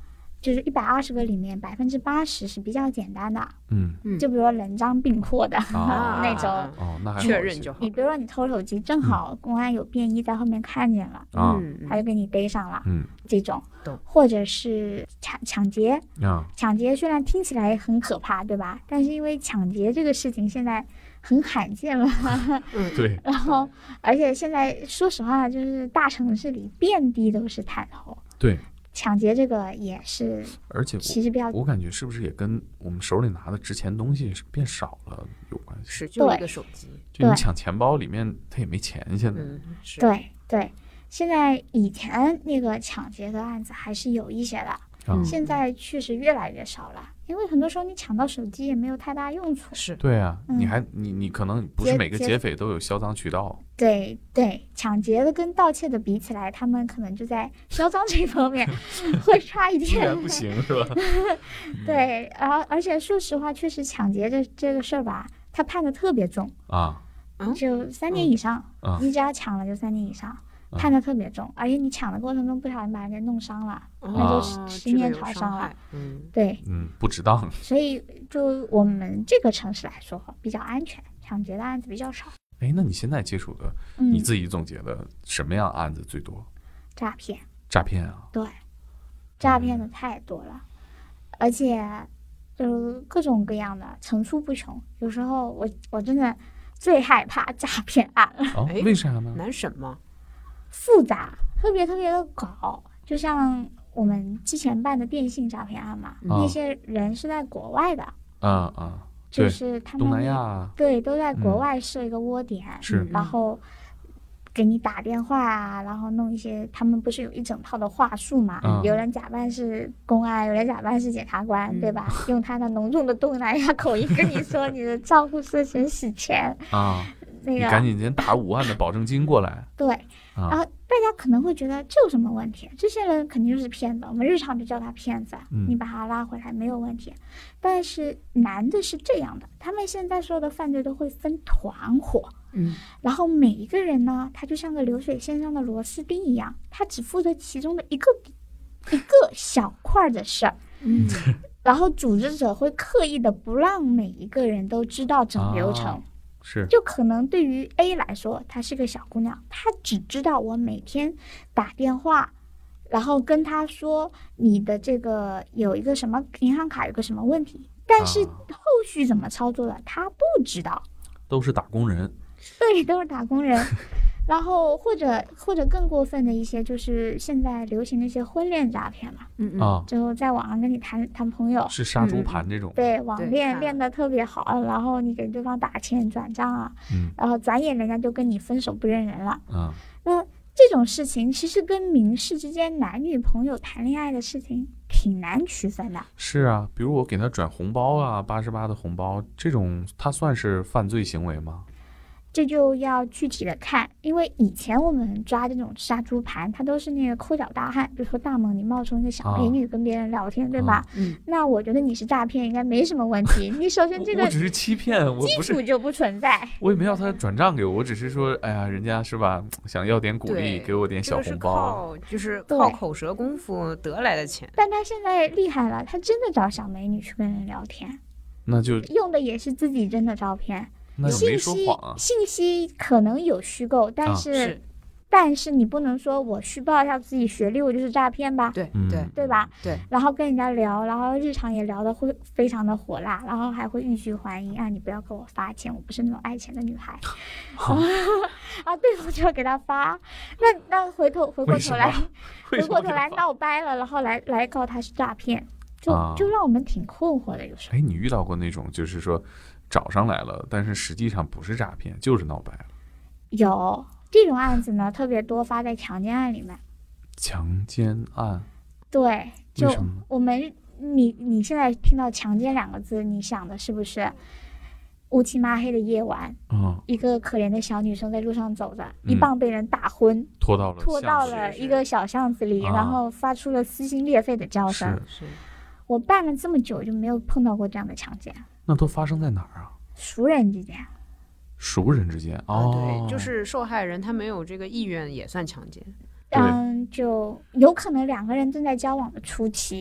就是一百二十个里面百分之八十是比较简单的， 嗯， 就比如说人赃并获的、 啊、 那种， 哦，那还确认就好。 你比如说你偷手机，正好公安有便衣在后面看见了， 嗯， 他就给你逮上了， 嗯， 这种，或者是抢抢劫， 啊， 抢劫虽然听起来很可怕，对吧？但是因为抢劫这个事情现在很罕见了， 嗯，对， 然后而且现在说实话，就是大城市里遍地都是探头， 对。 抢劫这个也是， 而且其实比较， 我感觉是不是也跟我们手里拿的值钱东西是变少了有关系？ 是，就一个手机， 就你抢钱包里面它也没钱，现在。 嗯，是对对，现在以前那个抢劫的案子还是有一些的， 嗯、 现在确实越来越少了。因为很多时候你抢到手机也没有太大用处。 是， 对啊， 嗯、 你还你你可能不是每个劫匪都有销赃渠道。 对对，抢劫的跟盗窃的比起来，他们可能就在销赃这方面会差一点。 依然不行是吧？ 对，然后而且说实话，确实抢劫这这个事儿吧，他判的特别重啊， 就三年以上， 嗯、 你只要抢了就三年以上。判的特别重，而且你抢的过程中不小心把人给弄伤了， 哦、 那就十年朝上了。 嗯， 对， 嗯，不值当。 所以就我们这个城市来说比较安全，抢劫的案子比较少。 哎，那你现在接触的， 嗯、 你自己总结的什么样案子最多？ 诈骗。 诈骗啊？ 对，诈骗的太多了，嗯、而且就是各种各样的层出不穷。有时候我我真的最害怕诈骗案了。 哦，为啥呢？ 难审吗？ 复杂，特别特别的搞，就像我们之前办的电信诈骗案嘛， 嗯、 那些人是在国外的， 啊啊， 就是他们东南亚， 对，都在国外设一个窝点， 嗯、是， 然后给你打电话啊，然后弄一些，他们不是有一整套的话术嘛？ 嗯、 有人假扮是公安，有人假扮是检察官，嗯、对吧？用他的浓重的东南亚口音跟你说你的账户涉嫌洗钱啊。 那个， 你赶紧先打五万的保证金过来。 对， 啊、 然后大家可能会觉得这有什么问题？这些人肯定就是骗子，我们日常就叫他骗子， 嗯、 你把他拉回来没有问题。但是难的是这样的，他们现在所有的犯罪都会分团伙， 嗯， 然后每一个人呢，他就像个流水线上的螺丝钉一样，他只负责其中的一个一个小块的事儿， 嗯， 然后组织者会刻意的不让每一个人都知道整流程。 啊是， 就可能对于 A 来说，她是个小姑娘，她只知道我每天打电话，然后跟她说你的这个有一个什么银行卡有个什么问题，但是后续怎么操作的，她不知道。 都是打工人。 对，都是打工人。然后或者或者更过分的一些，就是现在流行的一些婚恋诈骗嘛， 嗯嗯， 啊， 就在网上跟你谈谈朋友， 是杀猪盘这种， 嗯、对，网恋练得特别好，然后你给对方打钱转账啊， 嗯， 然后转眼人家就跟你分手不认人了， 嗯， 那这种事情其实跟民事之间男女朋友谈恋爱的事情挺难区分的。 是啊，比如我给他转红包啊，八十八的红包，这种他算是犯罪行为吗？ 这就要具体的看，因为以前我们抓这种杀猪盘，它都是那个抠脚大汉，比如说大猛，你冒充一个小美女跟别人聊天，啊、对吧？ 嗯， 那我觉得你是诈骗，应该没什么问题。你首先这个我只是欺骗，我不是基础就不存在。 我也没要他转账给我，我只是说，哎呀，人家是吧，想要点鼓励，给我点小红包， 就是靠口舌功夫得来的钱。 但他现在厉害了，他真的找小美女去跟人聊天， 那就用的也是自己真的照片。 那有没说谎啊？ 信息可能有虚构，但是、啊、 是但是你不能说我虚报一下自己学历，我就是诈骗吧？ 对对、 嗯、对吧？ 对。 然后跟人家聊，然后日常也聊得会非常的火辣，然后还会欲拒还迎啊！你不要给我发钱，我不是那种爱钱的女孩。啊，对方就要给他发，那那回头回过头来，回过头来闹掰了，然后来来告他是诈骗，就、啊、就让我们挺困惑的。有时候， 哎，你遇到过那种就是说找上来了，但是实际上不是诈骗，就是闹掰了？ 有这种案子呢，特别多发在强奸案里面。 强奸案？ 对，就我们你你现在听到强奸两个字，你想的是不是乌漆抹黑的夜晚， 嗯， 一个可怜的小女生在路上走着，嗯、一棒被人打昏， 拖到了拖到了一个小巷子里，然后发出了撕心裂肺的叫声。 是是。 我办了这么久，就没有碰到过这样的强奸。 那都发生在哪儿啊？ 熟人之间。 熟人之间哦、 嗯，对，就是受害人他没有这个意愿也算强奸。 嗯，就有可能两个人正在交往的初期，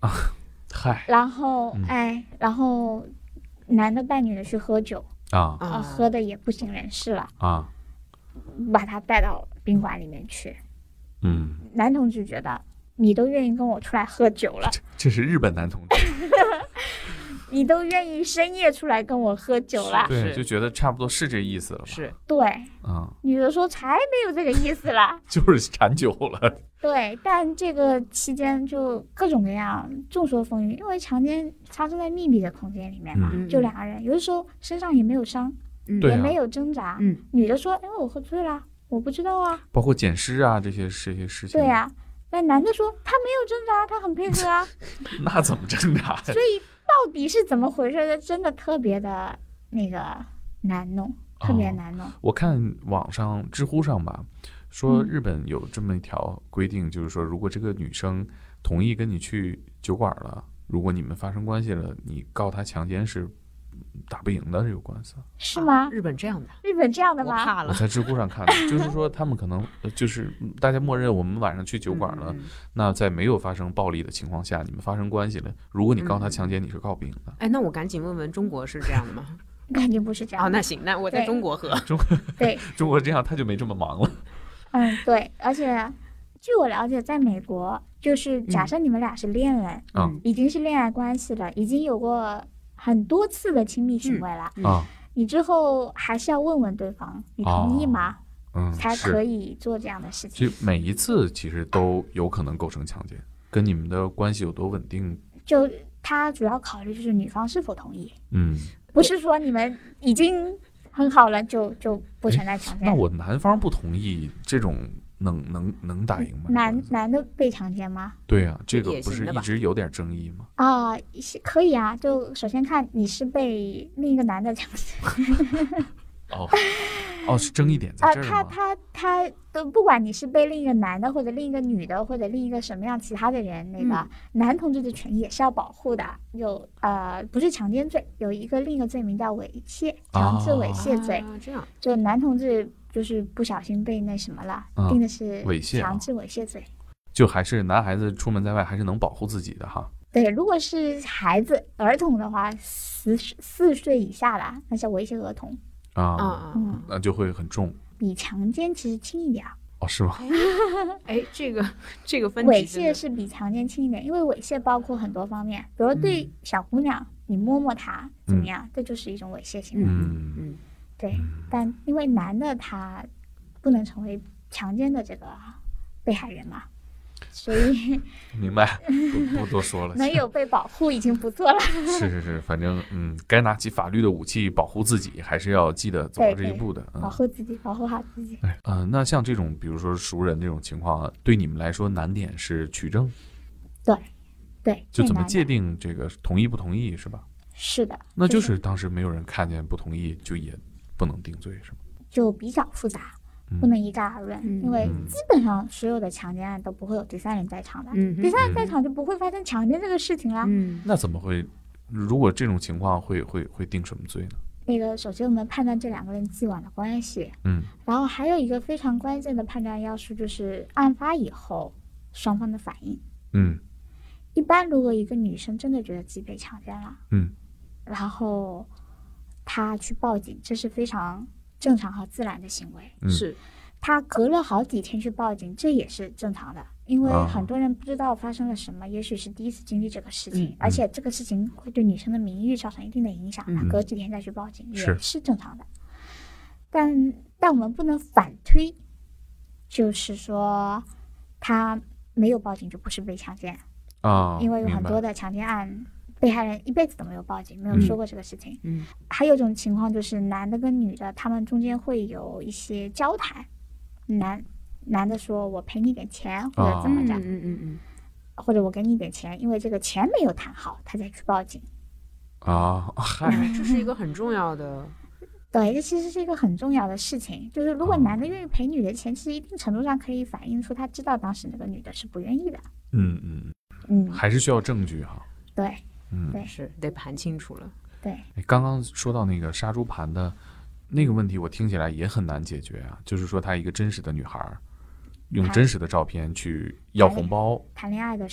啊，嗨， 然后、嗯、哎，然后男的带女的去喝酒啊， 呃、喝的也不省人事了啊， 把他带到宾馆里面去。 嗯， 男同志觉得你都愿意跟我出来喝酒了， 这, 这是日本男同志。 你都愿意深夜出来跟我喝酒了， 对，就觉得差不多是这意思了吧？ 是， 对， 嗯， 女的说才没有这个意思啦， 就是馋酒了。 对，但这个期间就各种各样众说纷纭，因为强奸发生在密闭的空间里面嘛，嗯、就两个人，有的时候身上也没有伤， 嗯、 也没有挣扎， 嗯， 女的说，哎，我喝醉了，我不知道啊， 包括捡尸啊这些这些事情， 对呀、啊，但男的说他没有挣扎，他很配合啊， 那怎么挣扎？ 所以。到底是怎么回事的？真的特别的那个难弄，特别难弄。 哦、我看网上知乎上吧，说日本有这么一条规定，嗯、就是说，如果这个女生同意跟你去酒馆了，如果你们发生关系了，你告她强奸是打不赢的这个官司。 是吗？ 啊、日本这样的？ 日本这样的吗？ 我怕了。 我在知乎上看的，就是说他们可能就是大家默认我们晚上去酒馆了， 嗯、 那在没有发生暴力的情况下，你们发生关系了，如果你告他强奸，嗯、你是告不赢的。 哎，那我赶紧问问，中国是这样的吗？ 肯定不是这样。 哦，那行，那我在中国喝。 中对中国这样，他就没这么忙了。 嗯，对，而且据我了解，在美国，就是假设你们俩是恋人， 嗯， 已经是恋爱关系了，已经有过很多次的亲密行为了， 嗯。嗯你之后还是要问问对方，你同意吗？ 哦、嗯， 才可以做这样的事情。 其实每一次其实都有可能构成强奸，跟你们的关系有多稳定。 就他主要考虑就是女方是否同意。 嗯， 不是说你们已经很好了就就不存在强奸。 那我男方不同意，这种能能能打赢吗？ 男男的被强奸吗？ 对啊，这个不是一直有点争议吗？ 啊、呃，可以啊。就首先看你是被另一个男的强奸。 哦哦，是争议点在这儿吗？ 啊、他他他都不管你是被另一个男的或者另一个女的或者另一个什么样其他的人，那个、嗯、男同志的权益也是要保护的。有呃，不是强奸罪，有一个另一个罪名叫猥亵，强制猥亵罪。 啊、这样， 就男同志就是不小心被那什么了，嗯、定的是猥亵， 强制猥亵罪。 就还是男孩子出门在外还是能保护自己的哈。 对，如果是孩子儿童的话，十四岁以下的那叫猥亵儿童。 啊，嗯，那就会很重， 比强奸其实轻一点。 哦，是吗？ 哎，这个这个分猥亵是比强奸轻一点，因为猥亵包括很多方面，比如对小姑娘，嗯、你摸摸她怎么样，嗯、这就是一种猥亵行为。 嗯嗯，对。但因为男的他不能成为强奸的这个被害人嘛。所以明白，不不多说了。 能有被保护已经不错了。 是是是，反正嗯，该拿起法律的武器保护自己，还是要记得走到这一步的。 对对嗯、保护自己，保护好自己。 哎，呃，那像这种，比如说熟人这种情况，对你们来说难点是取证。 对，对， 就怎么界定这个同意不同意，是吧？ 是的。 那就是当时没有人看见不同意，就也不能定罪，是吗？ 就比较复杂。不能一概而论，嗯、因为基本上所有的强奸案都不会有第三人在场的，嗯、第三人在场就不会发生强奸这个事情啦。 嗯、那怎么会？如果这种情况会会会定什么罪呢？ 那个首先我们判断这两个人既往的关系， 嗯， 然后还有一个非常关键的判断要素就是案发以后双方的反应， 嗯， 一般如果一个女生真的觉得自己被强奸了， 嗯， 然后她去报警，这是非常正常和自然的行为， 嗯、 是他隔了好几天去报警，这也是正常的，因为很多人不知道发生了什么，啊、也许是第一次经历这个事情， 嗯、 而且这个事情会对女生的名誉造成一定的影响， 嗯、 他隔几天再去报警也是是正常的。但但我们不能反推，就是说他没有报警就不是被强奸啊， 因为有很多的强奸案。被害人一辈子都没有报警，没有说过这个事情。 嗯， 还有一种情况就是男的跟女的，他们中间会有一些交谈，男男的说我赔你点钱或者怎么着， 嗯嗯嗯， 或者我给你点钱，因为这个钱没有谈好，他再去报警。 啊，嗨， 这是一个很重要的。 对，这其实是一个很重要的事情，就是如果男的愿意赔女的钱，其实一定程度上可以反映出他知道当时那个女的是不愿意的。 嗯嗯嗯， 还是需要证据哈。 对。 嗯， 对， 是得盘清楚了。 对， 刚刚说到那个杀猪盘的那个问题，我听起来也很难解决啊。就是说，她一个真实的女孩，用真实的照片去要红包， 谈恋爱的事儿。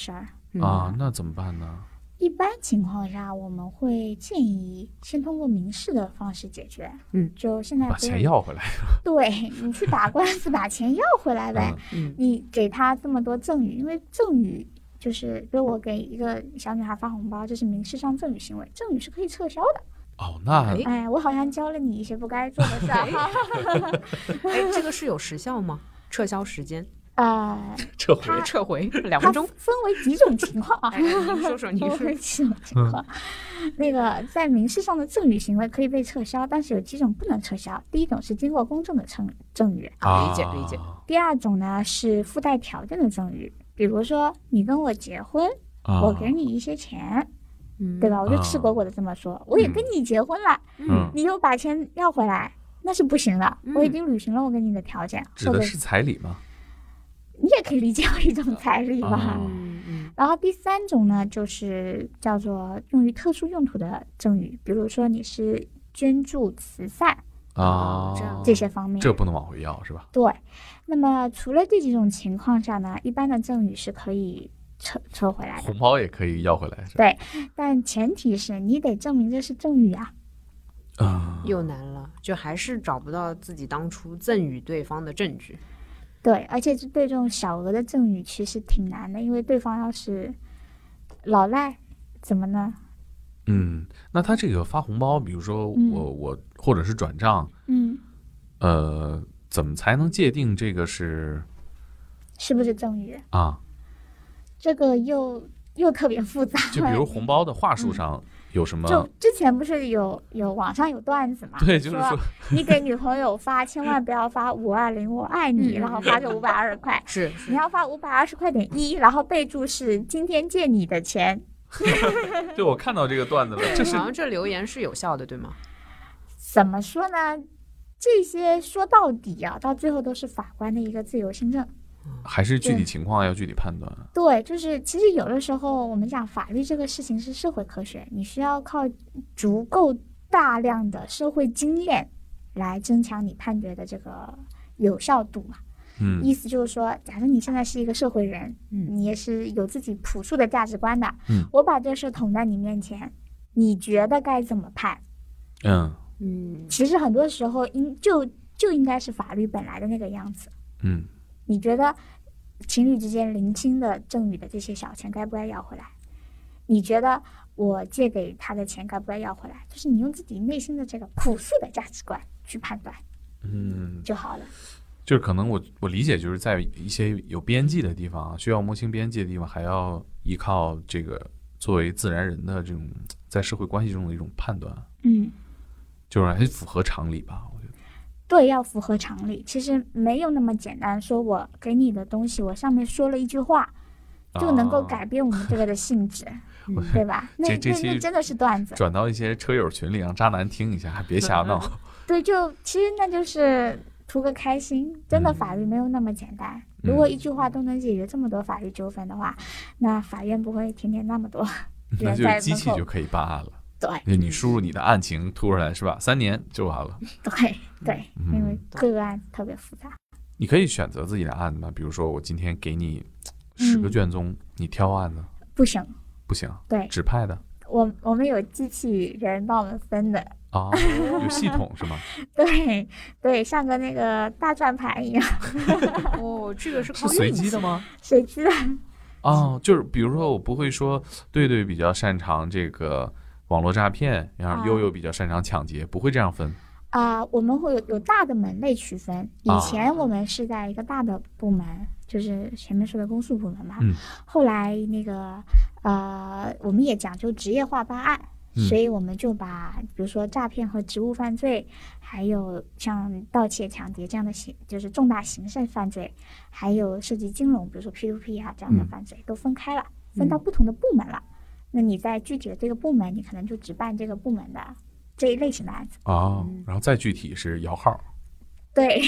啊，那怎么办呢？ 一般情况下，我们会建议先通过民事的方式解决。 嗯， 就现在把钱要回来。 对，你去打官司把钱要回来呗。 嗯， 你给他这么多赠与，因为赠与就是比如我给一个小女孩发红包，这是民事上赠与行为，赠与是可以撤销的。 哦，那哎，我好像教了你一些不该做的事儿。 哎，这个是有时效吗？撤销时间？ 呃， 撤回撤回两分钟， 分为几种情况啊？ 哎，您说说，您说分为几种情况。那个在民事上的赠与行为可以被撤销，但是有几种不能撤销。第一种是经过公证的赠赠与， 啊，理解理解。 第二种呢是附带条件的赠与，比如说你跟我结婚， 啊、 我给你一些钱。 嗯， 对吧？我就赤果果的这么说，啊、我也跟你结婚了， 嗯， 你又把钱要回来，那是不行的。嗯、我已经履行了我跟你的条件， 指的是彩礼吗？ 你也可以理解为一种彩礼吧。 哦、 然后第三种呢，就是叫做用于特殊用途的赠与，比如说你是捐助慈善啊、 哦，这些方面， 这不能往回要是吧？ 对。那么除了这几种情况下呢，一般的赠与是可以撤撤回来的， 红包也可以要回来，是吧？ 对，但前提是你得证明这是赠与啊。 啊、 嗯，又难了，就还是找不到自己当初赠与对方的证据。 对，而且对这种小额的赠与其实挺难的，因为对方要是老赖，怎么呢？ 嗯，那他这个发红包，比如说我、嗯、我或者是转账， 嗯， 呃，怎么才能界定这个是是不是赠与啊？ 这个又又特别复杂。 就比如红包的话术上有什么？ 就之前不是有有网上有段子嘛？ 对，就是说你给女朋友发，千万不要发五二零我爱你，然后发个五百二十块。 是， 你要发五百二十块点一，然后备注是今天借你的钱。 对，我看到这个段子了，这是好像这留言是有效的，对吗？ 怎么说呢？这些说到底啊，到最后都是法官的一个自由心证。 还是具体情况要具体判断。 对，就是其实有的时候我们讲法律这个事情是社会科学，你需要靠足够大量的社会经验来增强你判决的这个有效度嘛。 嗯， 意思就是说，假设你现在是一个社会人， 嗯， 你也是有自己朴素的价值观的， 嗯， 我把这事捅在你面前，你觉得该怎么判？ 嗯嗯， 其实很多时候应就就应该是法律本来的那个样子。 嗯。 你觉得情侣之间零星的赠与的这些小钱该不该要回来？你觉得我借给他的钱该不该要回来？就是你用自己内心的这个朴素的价值观去判断， 嗯， 就好了。 就是可能我我理解就是在一些有边际的地方，需要摸清边界的地方，还要依靠这个作为自然人的这种在社会关系中的一种判断。 嗯， 就是还符合常理吧。 对，要符合常理。其实没有那么简单，说我给你的东西，我上面说了一句话，就能够改变我们这个的性质， 啊嗯、对吧？那这这那真的是段子， 转到一些车友群里让渣男听一下，还别瞎闹。 对，就其实那就是图个开心。真的法律没有那么简单。嗯、如果一句话都能解决这么多法律纠纷的话，那法院不会天天那么多人在门口。 那就机器就可以办案了。 对， 你输入你的案情吐出来是吧？三年就完了。 对对、嗯，因为各个案特别复杂。 你可以选择自己的案子吗？比如说我今天给你十个卷宗，嗯、你挑案子。 不行， 不行。 对， 指派的。 我我们有机器人帮我们分的。 哦，有系统是吗？ 对对，像个那个大转盘一样。 哦，这个是靠是随机的吗？ 随机的。 哦，就是比如说我不会说对对比较擅长这个网络诈骗，然后悠悠比较擅长抢劫，啊、不会这样分啊、呃。我们会有有大的门类区分。以前我们是在一个大的部门，啊、就是前面说的公诉部门嘛。 嗯。 后来那个呃，我们也讲究职业化办案， 嗯、 所以我们就把比如说诈骗和职务犯罪，还有像盗窃、抢劫这样的刑，就是重大刑事犯罪，还有涉及金融，比如说 P to P 啊这样的犯罪，嗯、都分开了，分到不同的部门了。嗯那你在具体的这个部门，你可能就只办这个部门的这一类型的案子哦，然后再具体是摇号。 对。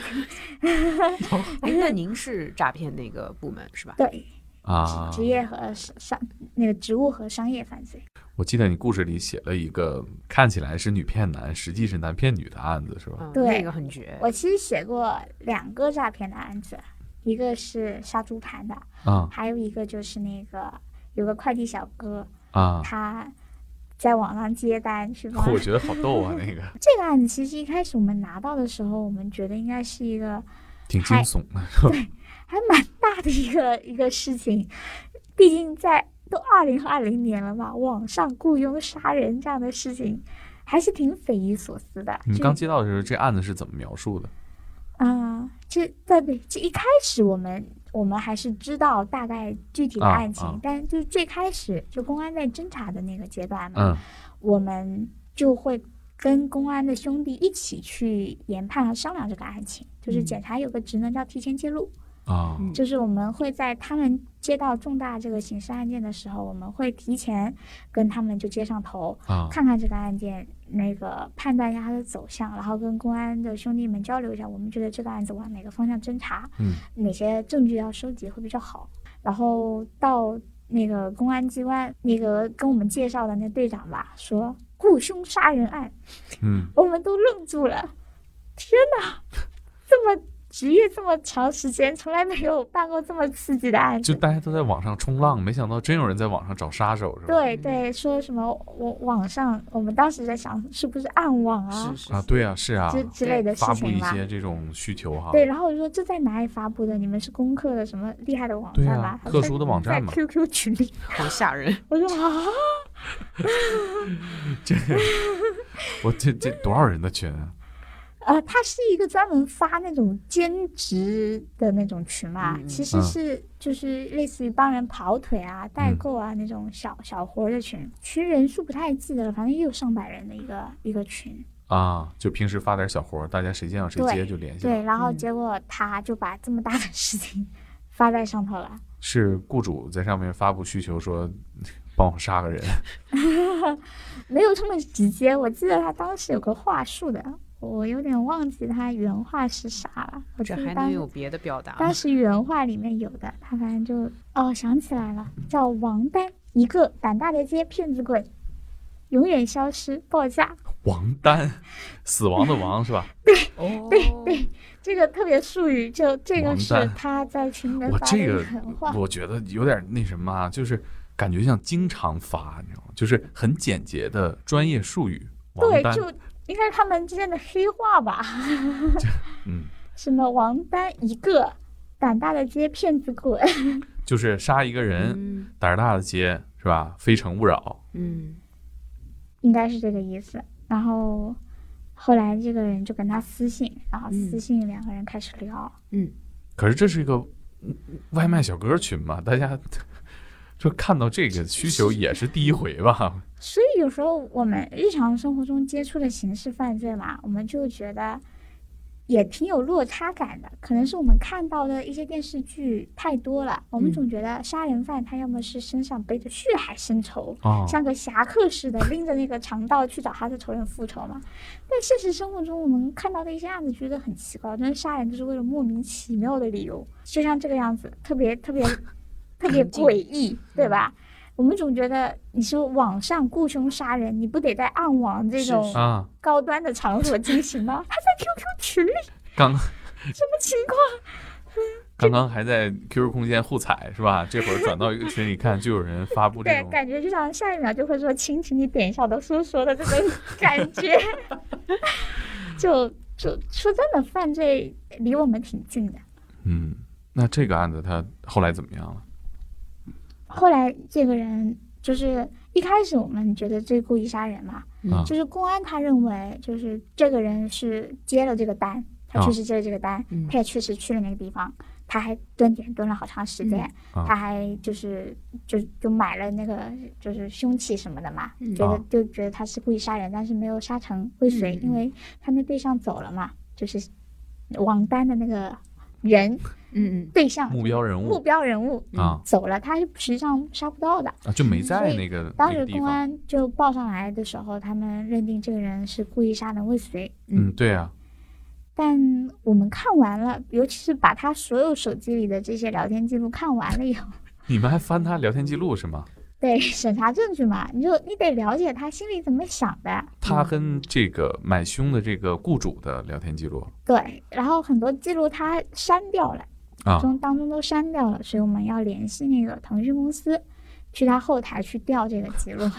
哎，那您是诈骗那个部门是吧？ 对啊， 职业和商那个职务和商业犯罪。 我记得你故事里写了一个看起来是女骗男，实际是男骗女的案子是吧？ 嗯、 对， 那个很绝。 我其实写过两个诈骗的案子，一个是杀猪盘的， 啊， 还有一个就是那个。 有个快递小哥啊， 他在网上接单是吧？ 我觉得好逗啊，那个这个案子其实一开始我们拿到的时候，我们觉得应该是一个挺惊悚的，是吧？ 对，还蛮大的一个一个事情，毕竟在都二零二零年了嘛，网上雇佣杀人这样的事情还是挺匪夷所思的。 你们刚接到的时候，这案子是怎么描述的？ 啊、呃，这对对，这一开始我们我们还是知道大概具体的案情，啊啊、但就是最开始就公安在侦查的那个阶段嘛， 嗯， 我们就会跟公安的兄弟一起去研判和商量这个案情。就是检察有个职能叫提前揭露。 啊、 嗯，就是我们会在他们接到重大这个刑事案件的时候，我们会提前跟他们就接上头， 啊， 看看这个案件那个判断一下它的走向，然后跟公安的兄弟们交流一下，我们觉得这个案子往哪个方向侦查， 嗯， 哪些证据要收集会比较好。然后到那个公安机关那个跟我们介绍的那队长吧，说雇凶杀人案， 嗯， 我们都愣住了，天哪，这么。职业这么长时间，从来没有办过这么刺激的案子。 就大家都在网上冲浪，没想到真有人在网上找杀手，是吧？ 对对，说什么我网上，我们当时在想是不是暗网啊？ 是是啊，对啊，是啊， 之之类的事情发布一些这种需求哈。 对，然后我就说这在哪里发布的？你们是攻克了什么厉害的网站吗？ 啊、特殊的网站吗？ 在 Q Q 群里， 好吓人！ 我说啊， 这我这这多少人的群啊？ 呃，它是一个专门发那种兼职的那种群嘛， 嗯、 其实是就是类似于帮人跑腿啊、代购啊、嗯、那种小小活的群，群人数不太记得了，反正也有上百人的一个一个群啊。就平时发点小活，大家谁见到谁接就联系。 对，然后结果他就把这么大的事情发在上头了。嗯、 是雇主在上面发布需求说，帮我杀个人。 没有这么直接，我记得他当时有个话术的。我有点忘记他原话是啥了，我这还能有别的表达？ 当时原话里面有的，他反正就哦想起来了，叫王丹，一个胆大的街骗子鬼，永远消失，报价。 王丹，死亡的王是吧？ 对对对，这个特别术语，就这个是他在群里面发的原话。 我这个我觉得有点那什么啊，就是感觉像经常发，你知道吗？就是很简洁的专业术语。 对，就。应该是他们之间的黑话吧。 嗯， 什么王丹一个胆大的街骗子滚， 就是杀一个人，嗯、胆大的街是吧？非诚勿扰。 嗯， 应该是这个意思。然后后来这个人就跟他私信，然后私信两个人开始聊。 嗯， 可是这是一个外卖小哥群嘛，大家就看到这个需求也是第一回吧。 所以有时候我们日常生活中接触的刑事犯罪嘛，我们就觉得也挺有落差感的。可能是我们看到的一些电视剧太多了，我们总觉得杀人犯他要么是身上背着血海深仇， 哦、 像个侠客似的拎着那个长刀去找他的仇人复仇嘛。但现实生活中我们看到的一些案子觉得很奇怪，真的杀人就是为了莫名其妙的理由，就像这个样子，特别特别特别诡异，对吧？我们总觉得你说网上雇凶杀人，你不得在暗网这种高端的场所进行吗？他在 Q Q 群里， 刚什么情况？ 刚刚还在 Q Q 空间互踩是吧？这会儿转到一个群里看，就有人发布这种， 对，感觉就像下一秒就会说“亲，请你点一下我的说说”的这种感觉。就就说真的，犯罪离我们挺近的。 嗯，那这个案子他后来怎么样了？ 后来这个人就是一开始我们觉得这故意杀人嘛、 嗯， 就是公安他认为就是这个人是接了这个单，他确实接了这个单， 嗯、 他也确实去了那个地方，他还蹲点蹲了好长时间， 嗯、 他还就是就就买了那个就是凶器什么的嘛， 嗯、 觉得就觉得他是故意杀人，但是没有杀成未遂、嗯，因为他那对象走了嘛，就是王丹的那个人。 嗯嗯， 对象目标人物， 目标人物啊、 嗯、走了，他实际上杀不到的啊，就没在那个。 当时公安就报上来的时候，他们认定这个人是故意杀人未遂。 嗯，对啊。 但我们看完了，尤其是把他所有手机里的这些聊天记录看完了以后， 你们还翻他聊天记录是吗？ 对，审查证据嘛，你就你得了解他心里怎么想的。 他跟这个买凶的这个雇主的聊天记录， 对，然后很多记录他删掉了。 啊， 中当中都删掉了，所以我们要联系那个腾讯公司去他后台去调这个记录。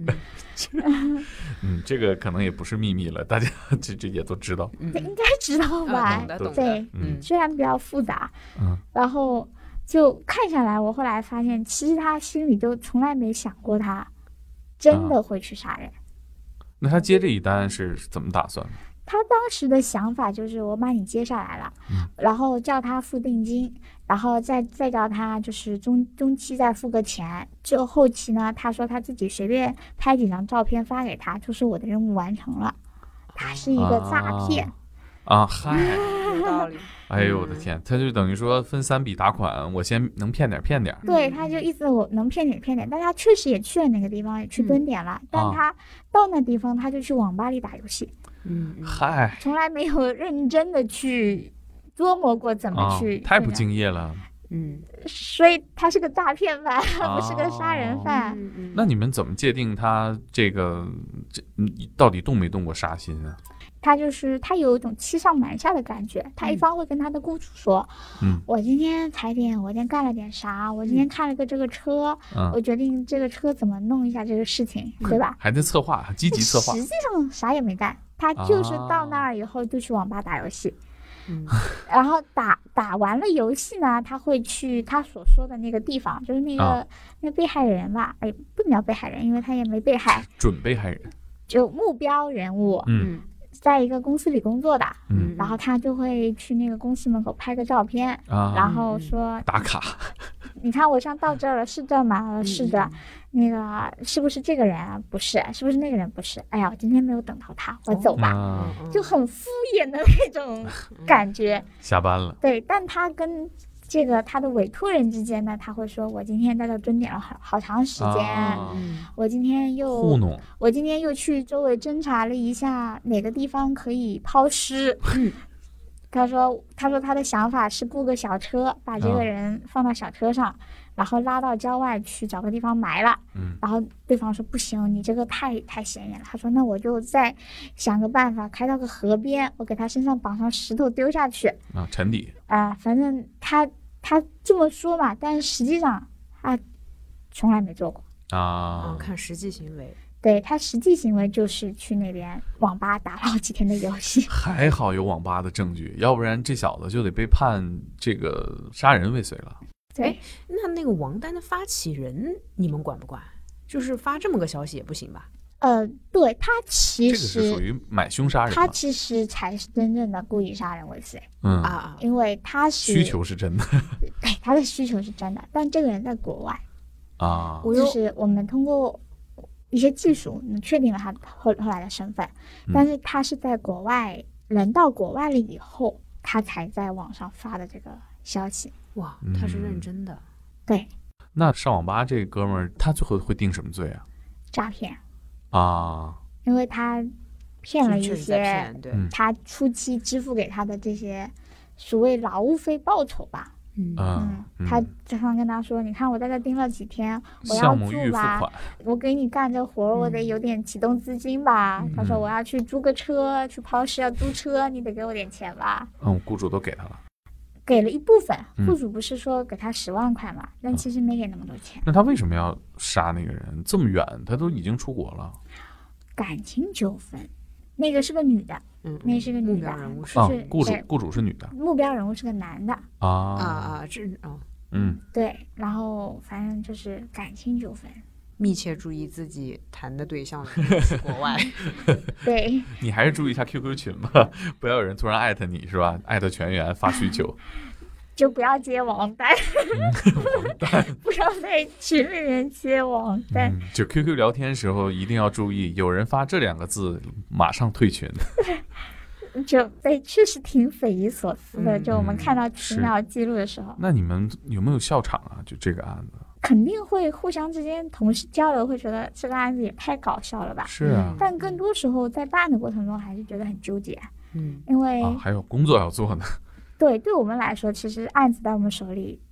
嗯，这个可能也不是秘密了，大家这这也都知道。 嗯、应该知道吧？ 嗯、懂对， 嗯， 虽然比较复杂， 嗯， 然后就看下来，我后来发现，其实他心里就从来没想过他真的会去杀人。啊、 那他接这一单是怎么打算的？ 他当时的想法就是我把你接下来了， 嗯、 然后叫他付定金，然后再再叫他就是中中期再付个钱，之后后期呢，他说他自己随便拍几张照片发给他，就说我的任务完成了。他是一个诈骗啊！嗨， 有道理。 哎呦我的天，他就等于说分三笔打款，我先能骗点骗点。 对，他就意思我能骗点骗点，但他确实也去了那个地方，也去蹲点了， 嗯、 但他到那地方他就去网吧里打游戏。 嗯， 嗨， 从来没有认真的去琢磨过怎么去、 啊，太不敬业了。 嗯， 所以他是个诈骗犯，啊、不是个杀人犯。 嗯嗯、 那你们怎么界定他这个这到底动没动过杀心啊？ 他就是他有一种欺上瞒下的感觉，他一方会跟他的雇主说， 嗯， 我今天踩点，我今天干了点啥，我今天看了个这个车， 嗯、 我决定这个车怎么弄一下这个事情，嗯、对吧？ 还在策划，积极策划。 实际上啥也没干，他就是到那儿以后就去网吧打游戏。 嗯， 然后打打完了游戏呢，他会去他所说的那个地方，就是那个、啊、那个被害人吧，哎，不能叫被害人，因为他也没被害， 准被害人， 就目标人物， 嗯， 在一个公司里工作的， 嗯， 然后他就会去那个公司门口拍个照片， 啊、 然后说打卡， 你看我上到这儿了，是这吗？是的。那个是不是这个人啊？不是，是不是那个人？不是。哎呀，我今天没有等到他，我走吧， 哦、 就很敷衍的那种感觉。 下班了。 对，但他跟这个他的委托人之间呢，他会说：“我今天在这蹲点了好好长时间， 啊、 我今天又糊弄， 我今天又去周围侦查了一下哪个地方可以抛尸。”他说：“他说他的想法是雇个小车，把这个人放到小车上。啊”然后拉到郊外去找个地方埋了， 嗯， 然后对方说不行，你这个太太显眼了。他说那我就再想个办法，开到个河边，我给他身上绑上石头丢下去啊，沉底啊、呃，反正他他这么说嘛，但是实际上他从来没做过啊、 嗯，看实际行为。 对，他实际行为就是去那边网吧打了好几天的游戏。 还好有网吧的证据，要不然这小子就得被判这个杀人未遂了。 对， 那那个王丹的发起人你们管不管？就是发这么个消息也不行吧？ 呃，对，他其实、 这个是属于买凶杀人， 他其实才是真正的故意杀人未遂。 嗯啊， 因为他是需求是真的， 对，他的需求是真的，但这个人在国外啊， 就是我们通过一些技术能确定了他后后来的身份， 嗯、 但是他是在国外，人到国外了以后，他才在网上发的这个消息。 哇，他是认真的。 嗯、对。 那上网吧这哥们儿，他最后会定什么罪啊？ 诈骗啊， 因为他骗了一些对他初期支付给他的这些所谓劳务费报酬吧。 嗯嗯，他经常跟他说：“你看我在这盯了几天，我要住吧，我给你干这活，我得有点启动资金吧。嗯”他说：“我要去租个车，去抛尸要租车，你得给我点钱吧。” 嗯，雇主都给他了， 给了一部分。雇主不是说给他十万块嘛、嗯，但其实没给那么多钱。 那他为什么要杀那个人？这么远，他都已经出国了。 感情纠纷，那个是个女的。 嗯， 那是个女的， 人物是、 啊、雇主雇主是女的， 目标人物是个男的啊啊啊，这啊， 嗯， 对，然后反正就是感情纠纷， 密切注意自己谈的对象是国外， 对， 你还是注意一下 Q Q 群吧，不要有人突然艾特你是吧？艾特全员发需求。 就不要接王丹， 王丹不要在群里面接王丹、 嗯。就 Q Q 聊天时候一定要注意，有人发这两个字，马上退群。 就对，确实挺匪夷所思的。 嗯、 就我们看到群聊记录的时候， 那你们有没有笑场啊？就这个案子， 肯定会互相之间同事交流，会觉得这个案子也太搞笑了吧？ 是啊。 但更多时候在办的过程中，还是觉得很纠结。 嗯， 因为、 啊、还有工作要做呢。 对，对我们来说，其实案子在我们手里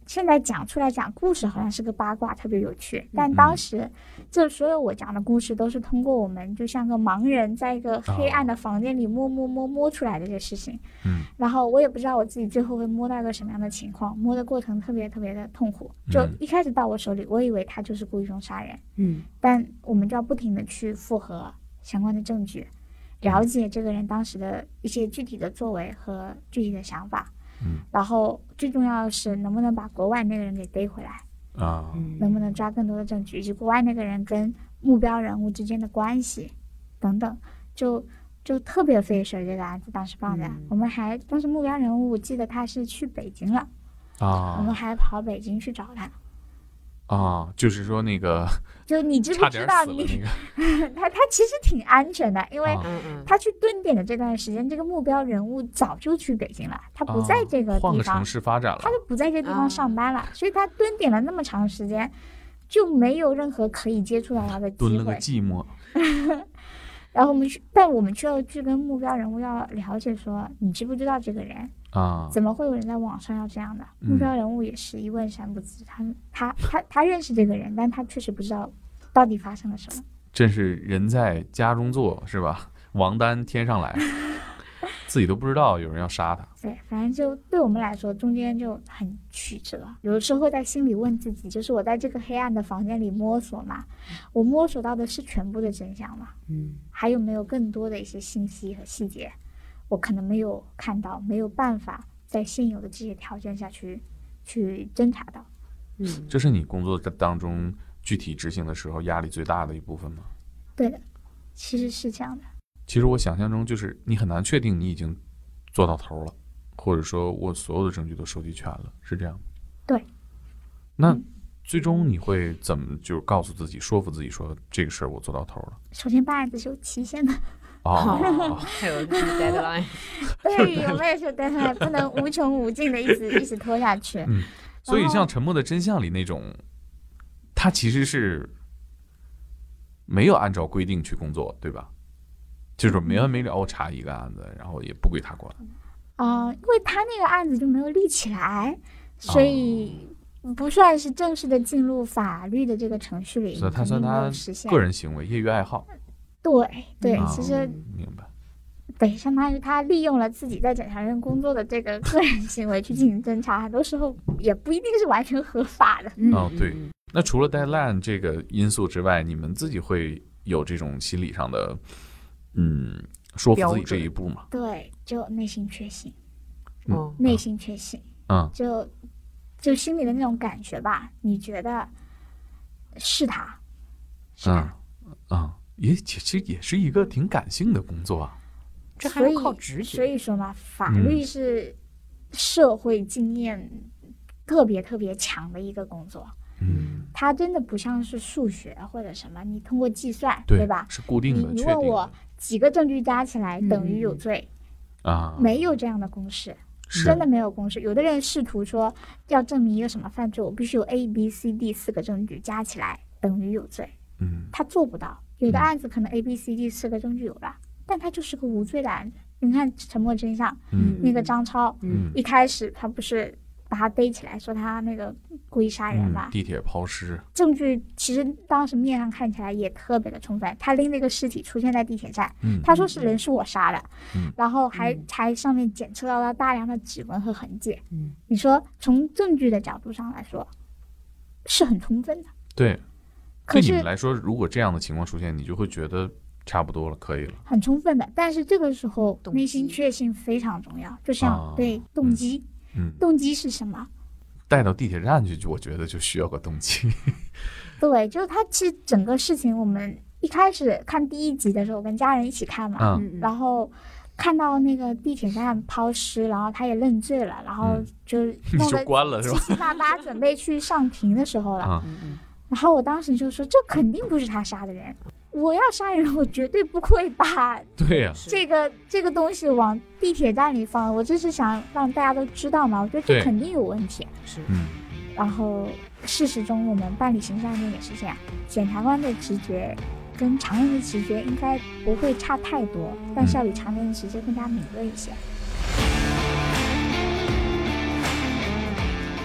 现在讲出来讲故事好像是个八卦，特别有趣，但当时就所有我讲的故事都是通过我们就像个盲人在一个黑暗的房间里摸摸摸摸出来的这个事情。 嗯， 然后我也不知道我自己最后会摸到一个什么样的情况，摸的过程特别特别的痛苦。就一开始到我手里，我以为他就是故意中杀人， 嗯， 但我们就要不停的去复核相关的证据，了解这个人当时的一些具体的作为和具体的想法。 嗯， 然后最重要的是能不能把国外那个人给逮回来啊， 能不能抓更多的证据，以及国外那个人跟目标人物之间的关系等等，就就特别费事。这个案子当时放在、嗯、我们还当时目标人物我记得他是去北京了啊， 我们还跑北京去找他啊，就是说那个， 就你知不知道你、那个、他他其实挺安全的，因为他去蹲点的这段时间，这个目标人物早就去北京了，他不在这个地方， 换个城市发展了， 他就不在这个地方上班了，啊、所以他蹲点了那么长时间，就没有任何可以接触到他的机会， 蹲了个寂寞。 然后我们去，但我们却要去跟目标人物要了解说，你知不知道这个人啊？ 怎么会有人在网上要这样的？嗯、目标人物也是一问三不知，他他他他认识这个人，但他确实不知道到底发生了什么。 真是人在家中坐，是吧？王丹天上来，自己都不知道有人要杀他。 对，反正就对我们来说，中间就很曲折。有的时候在心里问自己，就是我在这个黑暗的房间里摸索嘛，我摸索到的是全部的真相吗？嗯，还有没有更多的一些信息和细节，我可能没有看到，没有办法在现有的这些条件下去去侦查到。 嗯，这是你工作当中具体执行的时候压力最大的一部分吗？ 对的，其实是这样的。 其实我想象中就是你很难确定你已经做到头了，或者说我所有的证据都收集全了，是这样吗？ 对。 那最终你会怎么就是告诉自己，说服自己说这个事儿我做到头了？ 首先办案子是有期限的。 哦， 还有 deadline。 对，我们也是 deadline， 不能无穷无尽的一直一直拖下去。 嗯，所以像《沉默的真相》里那种，它其实是没有按照规定去工作，对吧？就是没完没了我查一个案子，然后也不归他管。 啊、呃，因为他那个案子就没有立起来，所以不算是正式的进入法律的这个程序里。 所以他算他个人行为、业余爱好。 对对、嗯，其实明白。 对，相当于他利用了自己在检察院工作的这个个人行为去进行侦查，很多时候也不一定是完全合法的。 嗯、哦，对。那除了 deadline 这个因素之外，你们自己会有这种心理上的？嗯，说服自己这一步嘛？ 对，就内心确信， 嗯， 内心确信， 嗯， 就就心里的那种感觉吧。你觉得是他，是他， 嗯，嗯也其实也是一个挺感性的工作啊， 这还要靠直觉。 所以说嘛，法律是社会经验特别特别强的一个工作。 嗯， 它真的不像是数学或者什么，你通过计算， 对, 对吧？ 是固定的。 你问我几个证据加起来等于有罪、 嗯、啊？ 没有这样的公式，真的没有公式。有的人试图说要证明一个什么犯罪，我必须有 A B C D 四个证据加起来等于有罪。 嗯， 他做不到。有的案子可能 A B C D 四个证据有了、嗯，但他就是个无罪的案子。你看《沉默真相》， 嗯， 那个张超， 嗯， 一开始他不是把他逮起来说他那个故意杀人吧、 嗯、地铁抛尸， 证据其实当时面上看起来也特别的充分。他拎那个尸体出现在地铁站， 嗯， 他说是人是我杀的， 嗯， 然后还、嗯、还上面检测到了大量的指纹和痕迹， 嗯， 你说从证据的角度上来说是很充分的。 对， 可是对你们来说，如果这样的情况出现，你就会觉得差不多了，可以了， 很充分的。但是这个时候内心确信非常重要，就像、 啊、 对动机。 嗯嗯， 动机是什么？ 带到地铁站去，我觉得就需要个动机。 对，就是他其实整个事情，我们一开始看第一集的时候，跟家人一起看嘛， 嗯、 然后看到那个地铁站抛尸，然后他也认罪了，然后就弄得关了是吧？ 七七八八准备去上庭的时候了， 嗯、 然后我当时就说，这肯定不是他杀的人。我要杀人，我绝对不会把对呀、啊、 这个这个东西往地铁站里放。我只是想让大家都知道嘛，我觉得这肯定有问题。 是， 嗯。 然后事实中，我们办理刑事案件也是这样，检察官的直觉跟常人的直觉应该不会差太多，但是要比常人的直觉更加敏锐一些。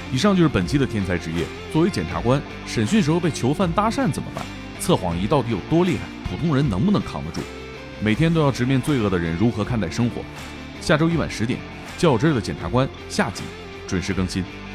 以上就是本期的天才职业。作为检察官，审讯时候被囚犯搭讪怎么办？测谎仪到底有多厉害？普通人能不能扛得住？每天都要直面罪恶的人如何看待生活？下周一晚十点，较真儿的检察官下集准时更新。